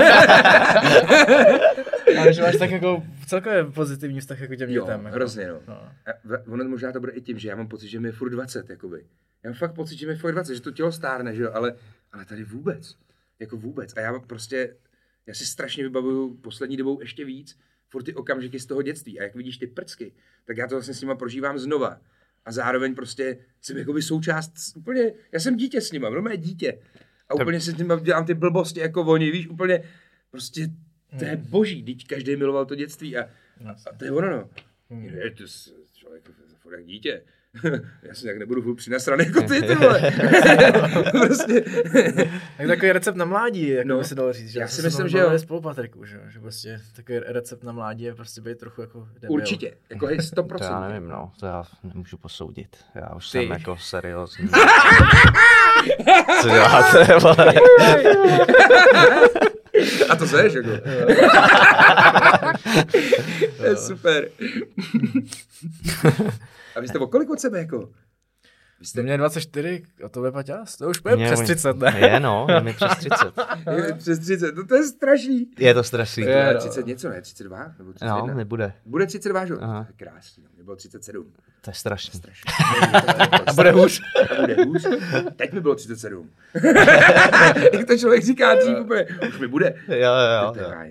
Ale že máš tak jako celkově pozitivní vztah jako těm dětem.
Jo, hrozně, no. Ono možná to bude i tím, že já mám pocit, že mi je furt 20, jakoby. Já mám fakt pocit, že mi je furt 20, že to tělo stárne, že jo, ale tady vůbec. Jako vůbec. A já si strašně vybavuju poslední dobou ještě víc, furt ty okamžiky z toho dětství. A jak vidíš ty prcky, tak já to vlastně s nima prožívám znova. A zároveň prostě jsem jakoby součást, úplně, já jsem dítě s nima, normálně dítě. A úplně si s nima dělám ty blbosti jako oni, víš, úplně, prostě, to je boží, teď každý miloval to dětství a to je ono, no. Je to člověk furt jak dítě. Já si tak nebudu furt přinasraný jako ty vole. Prostě.
Tak takový recept na mládí, jako by se dalo říct. Že
já si myslím, že jo.
Spolu Patriku, že prostě takový recept na mládí je prostě být trochu jako debil.
Určitě, jako hej, 100%.
To já nevím, no, to já nemůžu posoudit. Já už jsem jako seriózní. Co děláte, vole?
A to seš, jako. To je super. A vy jste o kolik od sebe, jako?
Vy mě 24, a to je Paťas? To už bude přes 30, ne?
Je, no, je mi přes 30.
Je přes 30, to je strašný.
Je to strašný.
To je 30 něco, ne? 32? Nebo 31?
No, nebude.
Bude 32, že? Krásný, mě bylo 37.
To je strašný.
A bude hůř.
Bude hůř. Teď mi bylo 37. Jak to člověk říká dřív úplně, už mi bude.
Jo.
To je ráj.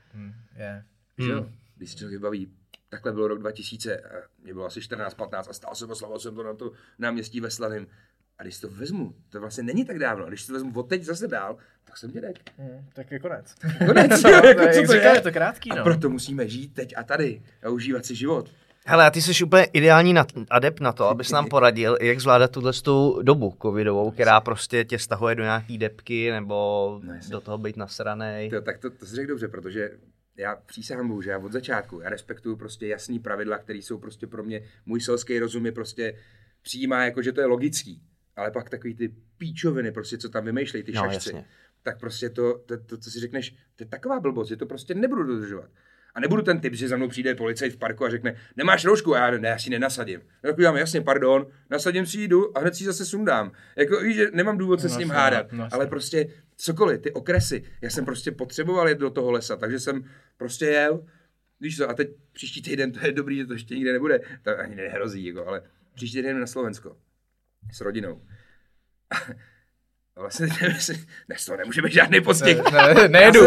Že jo? Když se člověk baví, takhle bylo rok 2000 a mě bylo asi 14-15 a stál jsem a slavil jsem to na to náměstí ve Slaném. A když to vezmu, to vlastně není tak dávno, a když to vezmu od teď zase dál, tak jsem dědek.
Tak je konec.
Konec, jo, jako co to
je to krátký, no.
A proto musíme žít teď a tady a užívat si život.
Hele, a ty jsi úplně ideální adept na to, abys nám poradil, jak zvládat tuto dobu covidovou, která prostě tě stahuje do nějaký depky nebo do toho být nasranej.
Tak to si řekl dobře, protože já přísahám Bohu, že já od začátku, já respektuju prostě jasný pravidla, které jsou prostě pro mě, můj selský rozum je prostě přijímá jako, že to je logický, ale pak takový ty píčoviny, prostě co tam vymýšlejí, ty šašci, tak prostě to, co si řekneš, to je taková blbost, že to prostě nebudu dodržovat. A nebudu ten typ, že za mnou přijde policajt v parku a řekne, nemáš roušku, a já si nenasadím. Tak udělám, jasně, pardon, nasadím si ji, jdu a hned si ji zase sundám. Jako víš, že nemám důvod se s ním hádat, ale prostě cokoliv, ty okresy, já jsem prostě potřeboval jet do toho lesa, takže jsem prostě jel, víš co, a teď příští týden, to je dobrý, že to ještě nikde nebude, to ani nehrozí, jako, ale příští týden na Slovensko s rodinou. Vlastně z toho nemůže být žádný postih.
Nejedu.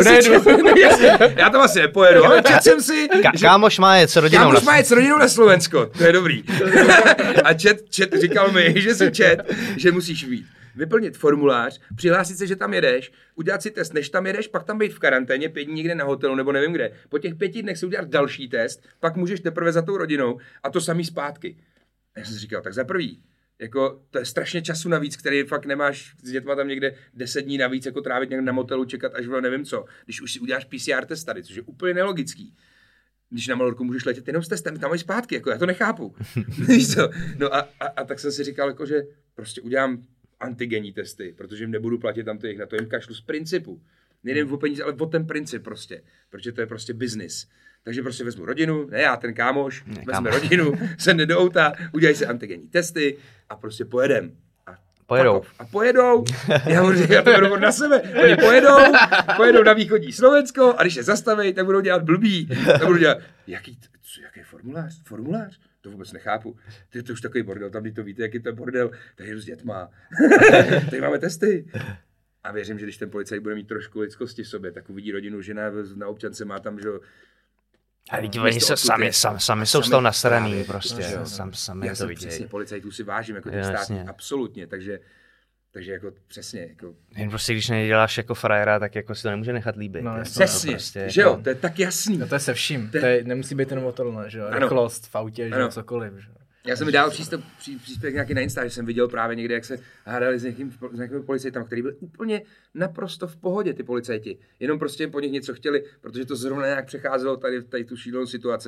Já tam asi nepojedu, ale čet jsem si...
Kámoš má jet s rodinou
na Slovensko, to je dobrý. A čet říkal mi, že si že musíš vyplnit formulář, přihlásit se, že tam jedeš, udělat si test, než tam jedeš, pak tam být v karanténě 5 dní někde na hotelu nebo nevím kde. Po těch 5 dnech si udělat další test, pak můžeš teprve za tou rodinou a to samý zpátky. A já jsem si říkal, tak za prvý, jako to je strašně času navíc, který fakt nemáš s dětma tam někde 10 dní navíc, jako trávit někde na motelu, čekat až nevím co, když už si uděláš PCR test tady, což je úplně nelogický. Když na Malorku můžeš letět jenom s testem, tam mají zpátky, jako já to nechápu. Víš co? No a tak jsem si říkal, jako, že prostě udělám antigenní testy, protože jim nebudu platit tam to jejich, na to jim kašlu z principu. Nejdem o peníze, ale o ten princip prostě, protože to je prostě business. Takže prostě vezmu rodinu, ne já, ten kámoš, vezme rodinu, sedne do auta, udělají si antigenní testy a prostě pojedem. Pojedou. Já to beru na sebe. Oni pojedou na východní Slovensko a když je zastaví, tak budou dělat blbý. Tak budou dělat, jaký formulář? To vůbec nechápu. To je už takový bordel, tam když to víte, jaký to je bordel, tady jdu s dětma. Tady máme testy. A věřím, že když ten policajt bude mít trošku lidskosti v sobě, tak uvidí rodinu, žena na občance má tam, že
a lidi, oni se sami jsou z toho nasraný prostě. Sami
já
to vidějí.
Přesně, policajtů si vážím, jako těch státních, absolutně, takže jako přesně, jako...
Jen prostě, když neděláš jako frajera, tak jako si to nemůže nechat líbit.
No, přesně, prostě, že jo, to je tak jasný.
No to je se vším, to je, nemusí být jenom o tohle, že jo, rychlost v autě, že jo, cokoliv, že jo.
Já jsem mi dal příspěvek nějaký na Insta, že jsem viděl právě někde, jak se hádali s nějakými policajtami, který byli úplně naprosto v pohodě, ty policajti. Jenom prostě po nich něco chtěli, protože to zrovna nějak přecházelo tady tu šílenou situaci.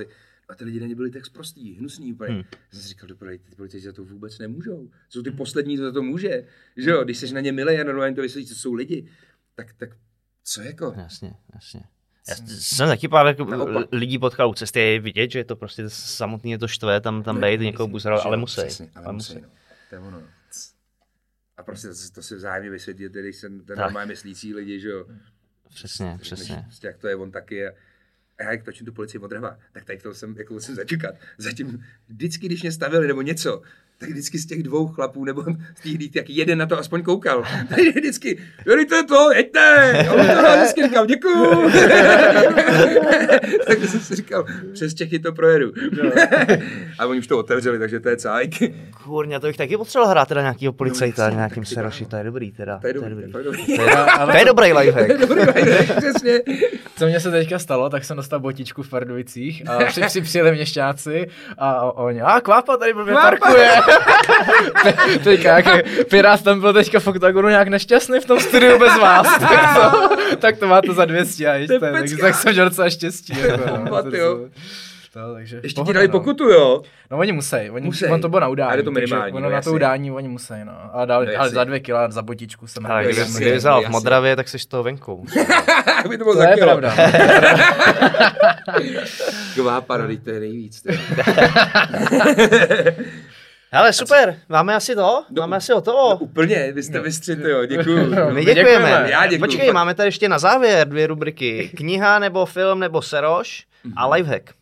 A ty lidi na ně byli tak sprostí, hnusný úplně. Já jsem si říkal, dobrý, ty policajti za to vůbec nemůžou. Jsou ty poslední, co za to může. Že jo, když jsi na ně milej a normálně to vysvětlíš, co jsou lidi, tak co jako?
Jasně. Já jsem taky pár lidí potkal u cesty, je vidět, že je to prostě samotný to štve, tam bejt, někoho buzerovat, ale musí.
Ale musí. No. To je ono. A prostě to si vzájemně vysvětlíte, když jsem ten normálně myslící lidi, že jo.
Přesně.
Prostě jak to je, on taky. A já jak točím tu policii od drva, tak tady to jsem jako musím začekat. Zatím vždycky, když mě stavili nebo něco, tak vždycky z těch dvou chlapů nebo z těch lidí, jak jeden na to aspoň koukal. Takže vždycky, to je to, jeďte! A on to vždycky říkal, děkuju! Tak jsem si říkal, přes Čechy to projedu. A oni už to otevřeli, takže to je cajk.
Kurňa, to bych taky potřeboval hrát teda nějakýho policajta, nějakým seroši, to je dobrý teda.
To je dobrý.
To je dobrý lifehack.
Přesně.
Co mě se teďka stalo, tak jsem dostal botičku v Pardubicích a přijeli měšťáci a oni, Kvápa tady blbě parkuje. Teďka, Pirát tam byl teďka v oktagonu nějak nešťastný v tom studiu bez vás. Tak to máte za 200 a ještě, tak jsem měl docela štěstí. Takže
ještě ti dali pokutu, jo?
No oni musí. On to bylo na udání.
Ale to minimální.
Ono na to udání oni musí, no. A dali, ale za 2 kila za botičku jsem...
Ale kdyby vzal v Modravě, tak jsi z toho venku.
By to bylo
to
za
je
kilo.
pravda.
Kvápa, to je nejvíc.
Hele, super, máme asi to? Máme asi hotovo.
No, úplně, vy jste vystřit, jo, děkuju.
My děkujeme.
Já děkuju.
Počkej, máme tady ještě na závěr 2 rubriky. Kniha nebo film nebo seroš a lifehack.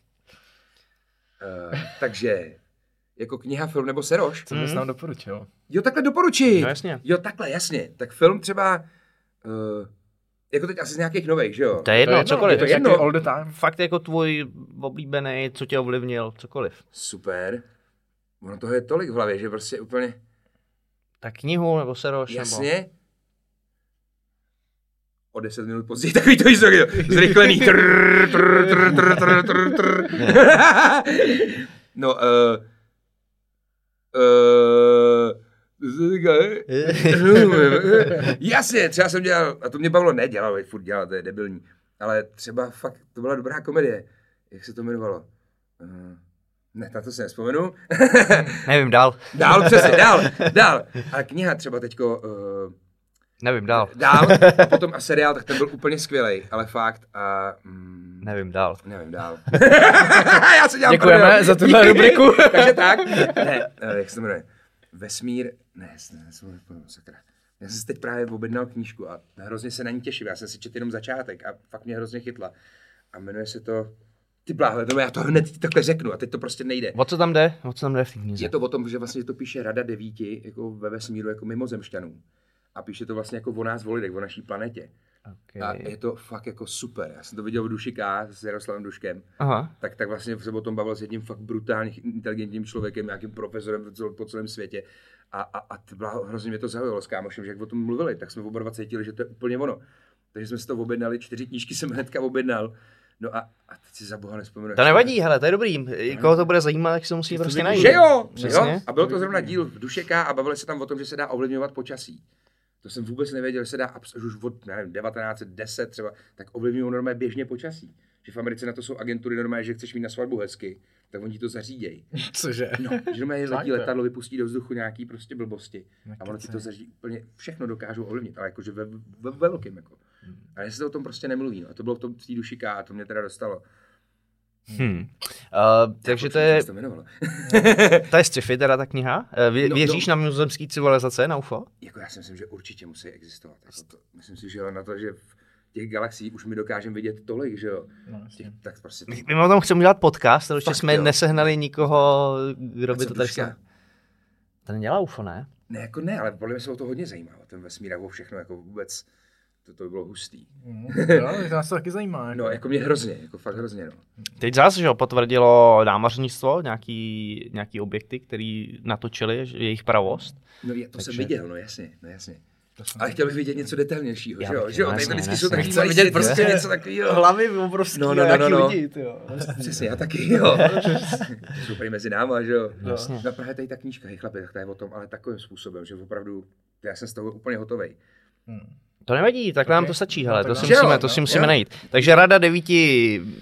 Takže, jako kniha, film nebo seroš?
Co bys nám doporučil?
Jo, takhle doporučí.
No jasně.
Jo, takhle, jasně. Tak film třeba, jako teď asi z nějakých nových, že jo?
To je jedno, cokoliv.
to je jedno.
All the time.
Fakt jako tvůj oblíbený, co tě ovlivnil, cokoliv.
Super. Ono toho je tolik v hlavě, že prostě úplně...
Tak knihu nebo seroš
Jasně.
nebo...
O 10 minut později takový to zrychlený. No, jasně, třeba jsem dělal, a to mě bavilo, nedělal, furt dělal, to je debilní, ale třeba fakt, to byla dobrá komedie. Jak se to jmenovalo? Ne, na to si nevzpomenu.
Nevím, dál.
Dál, přesně, dál. Ale kniha třeba teďko...
Nevím, dál.
A potom a seriál, tak ten byl úplně skvělej, ale fakt a...
Nevím, dál.
Já se dělám
Děkujeme za tuhle rubriku.
Takže tak. Ne, jak se to jmenuje? Vesmír... Ne, sakra. Já jsem si teď právě objednal knížku a hrozně se na ní těším. Já jsem si četl jenom začátek a fakt mě hrozně chytla. A jmenuje se to... Ty bláhle, já to hned takhle řeknu a teď to prostě nejde.
O co tam jde? O co tam jde v té knize?
Je to o tom, že vlastně to píše Rada 9 jako ve vesmíru jako mimozemšťanů. A píše to vlastně jako o nás, o lidech, o naší planetě.
Okay.
A je to fakt jako super. Já jsem to viděl v Dušika s Jaroslavem Duškem.
Aha.
Tak vlastně se o tom bavil s jedním fakt brutálně inteligentním člověkem, nějakým profesorem po celém světě. A hrozně mě to zaujalo s kámošem, že jak o tom mluvili, tak jsme oba 20 cítili, že to je úplně ono. Takže jsme si to objednali, 4 knížky jsem hnedka objednal. No a teď si za boha nespomenu.
To nevadí, hele, to je dobrý. Koho to bude zajímat, tak se musí prostě najít.
Že jo,
přesně.
Jo? A byl to zrovna díl v Dušeka a bavili se tam o tom, že se dá ovlivňovat počasí. To jsem vůbec nevěděl, že se dá už od 1910 třeba, tak ovlivňují normálně běžně počasí. Že v Americe na to jsou agentury normálně, že chceš mít na svatbu hezky, tak oni to zařídějí.
Cože?
No, že normálně letí letadlo, vypustí do vzduchu nějaký prostě blbosti. A ono ti to zařídí úplně, všechno dokážou ovlivnit, ale jakože ve velkým jako. Ale se to o tom prostě nemluví, no. A to bylo v tom tý Dušika a to mě teda dostalo.
Takže to je... To je sci-fi teda ta kniha? Věříš na mimozemský civilizace, na UFO?
Jako já si myslím, že určitě musí existovat. Jako myslím si, že jo, na to, že v těch galaxiích už my dokážeme vidět tolik, že jo. Tak prostě...
My o tom chceme udělat podcast, ale ještě jsme nesehnali nikoho, kdo by to tady šel. To nedělá UFO, ne?
Ne, jako ne, ale podle mě se o to hodně zajímá, o ten vesmír, o všechno, jako vůbec... To by bylo hustý.
Jo, to nás to taky zajímá. Jako.
No, jako mě hrozně, jako fakt hrozně, no.
Teď zase, že jo, potvrdilo námořnictvo, nějaký objekty, který natočili, jejich pravost.
No, to jsem viděl, no jasně. Ale chtěl bych vidět něco detailnější, že jo, tady to vždycky jsou takový
chci vidět prostě
něco takového.
Hlavy obrovský,
no.
lidi, tyjo.
Přesně, já taky, jo. Jsou tady mezi náma, že jo. No právě tady ta knížka, hej chlapi, tak to je o tom, ale takovým způsobem, že opravdu, já jsem z toho úplně hotovej.
To nevadí, tak nám to stačí, hele, to si musíme najít. Takže Rada 9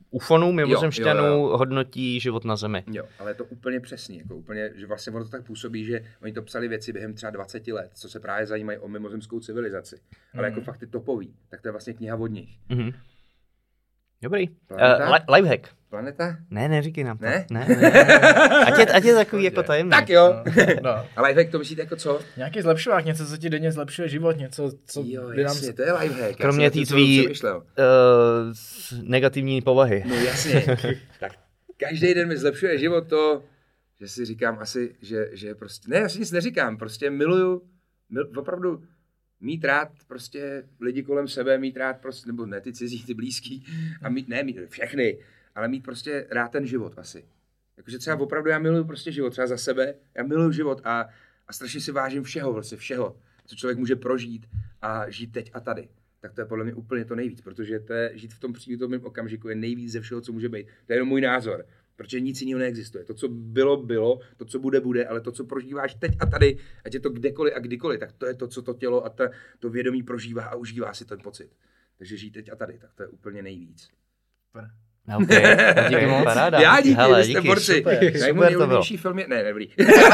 ufonů, mimozemšťanů hodnotí život na Zemi.
Jo, ale je to úplně přesně, jako úplně, že vlastně ono to tak působí, že oni to psali věci během třeba 20 let, co se právě zajímají o mimozemskou civilizaci. Ale jako fakt ty topový, tak to je vlastně kniha od nich.
Dobrý. Lifehack.
Planeta?
Ne, neříkej nám to.
Ne?
Ne. Ať je takový jako tajemný.
Tak jo.
No.
A lifehack to myslíte jako co?
Nějaký zlepšovák, něco, co ti denně zlepšuje život, něco, co
Jo,
by nám...
jasně, to je lifehack.
Kromě té tvý negativní povahy.
No jasně. Tak každý den mi zlepšuje život to, že si říkám asi, že prostě, ne, já si nic neříkám, prostě miluju opravdu mít rád prostě lidi kolem sebe, mít rád prostě, nebo ne ty cizí, ty blízký, a mít všechny, ale mít prostě rád ten život asi. Jakože třeba opravdu já miluju prostě život, třeba za sebe, já miluju život a strašně si vážím všeho, vlastně všeho, co člověk může prožít a žít teď a tady. Tak to je podle mě úplně to nejvíc, protože to je, žít v tom přítomném okamžiku je nejvíc ze všeho, co může být. To je jenom můj názor, protože nic jiného neexistuje. To, co bylo, to, co bude, ale to, co prožíváš teď a tady, ať je to kdekoliv a kdykoliv, tak to je to, co to tělo a to vědomí prožívá a užívá si ten pocit. Takže žít teď a tady, tak to je úplně nejvíc.
Okay. Díky moc. Paráda.
Já díky,
hele,
jste borci.
Super to bylo.
Film je... Ne, nebrý.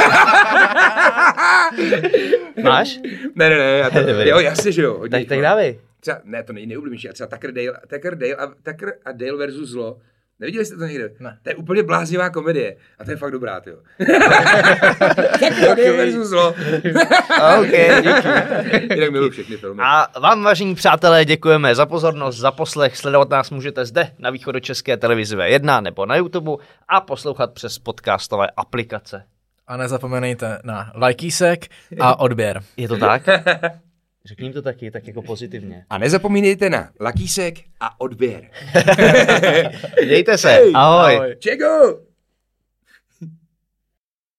Máš?
Ne, já to... Jo, jasně, že jo.
Tak dávej.
Třeba, ne, to není nejoblíbenější, a třeba Tucker a Dale versus zlo. Neviděli jste to někde?
Ne.
To je úplně bláznivá komedie. A to je fakt dobrá, tyjo. Tucker a Dale versus zlo.
OK, díky.
Jinak miluji všechny filmy.
A vám, vážení přátelé, děkujeme za pozornost, za poslech. Sledovat nás můžete zde na Východočeské televizi V1 nebo na YouTube a poslouchat přes podcastové aplikace.
A nezapomeňte na lajkísek a odběr.
Je to tak? Řekni jim to taky, tak jako pozitivně.
A nezapomínejte na lakísek a odběr.
Mějte se. Ahoj.
Čego!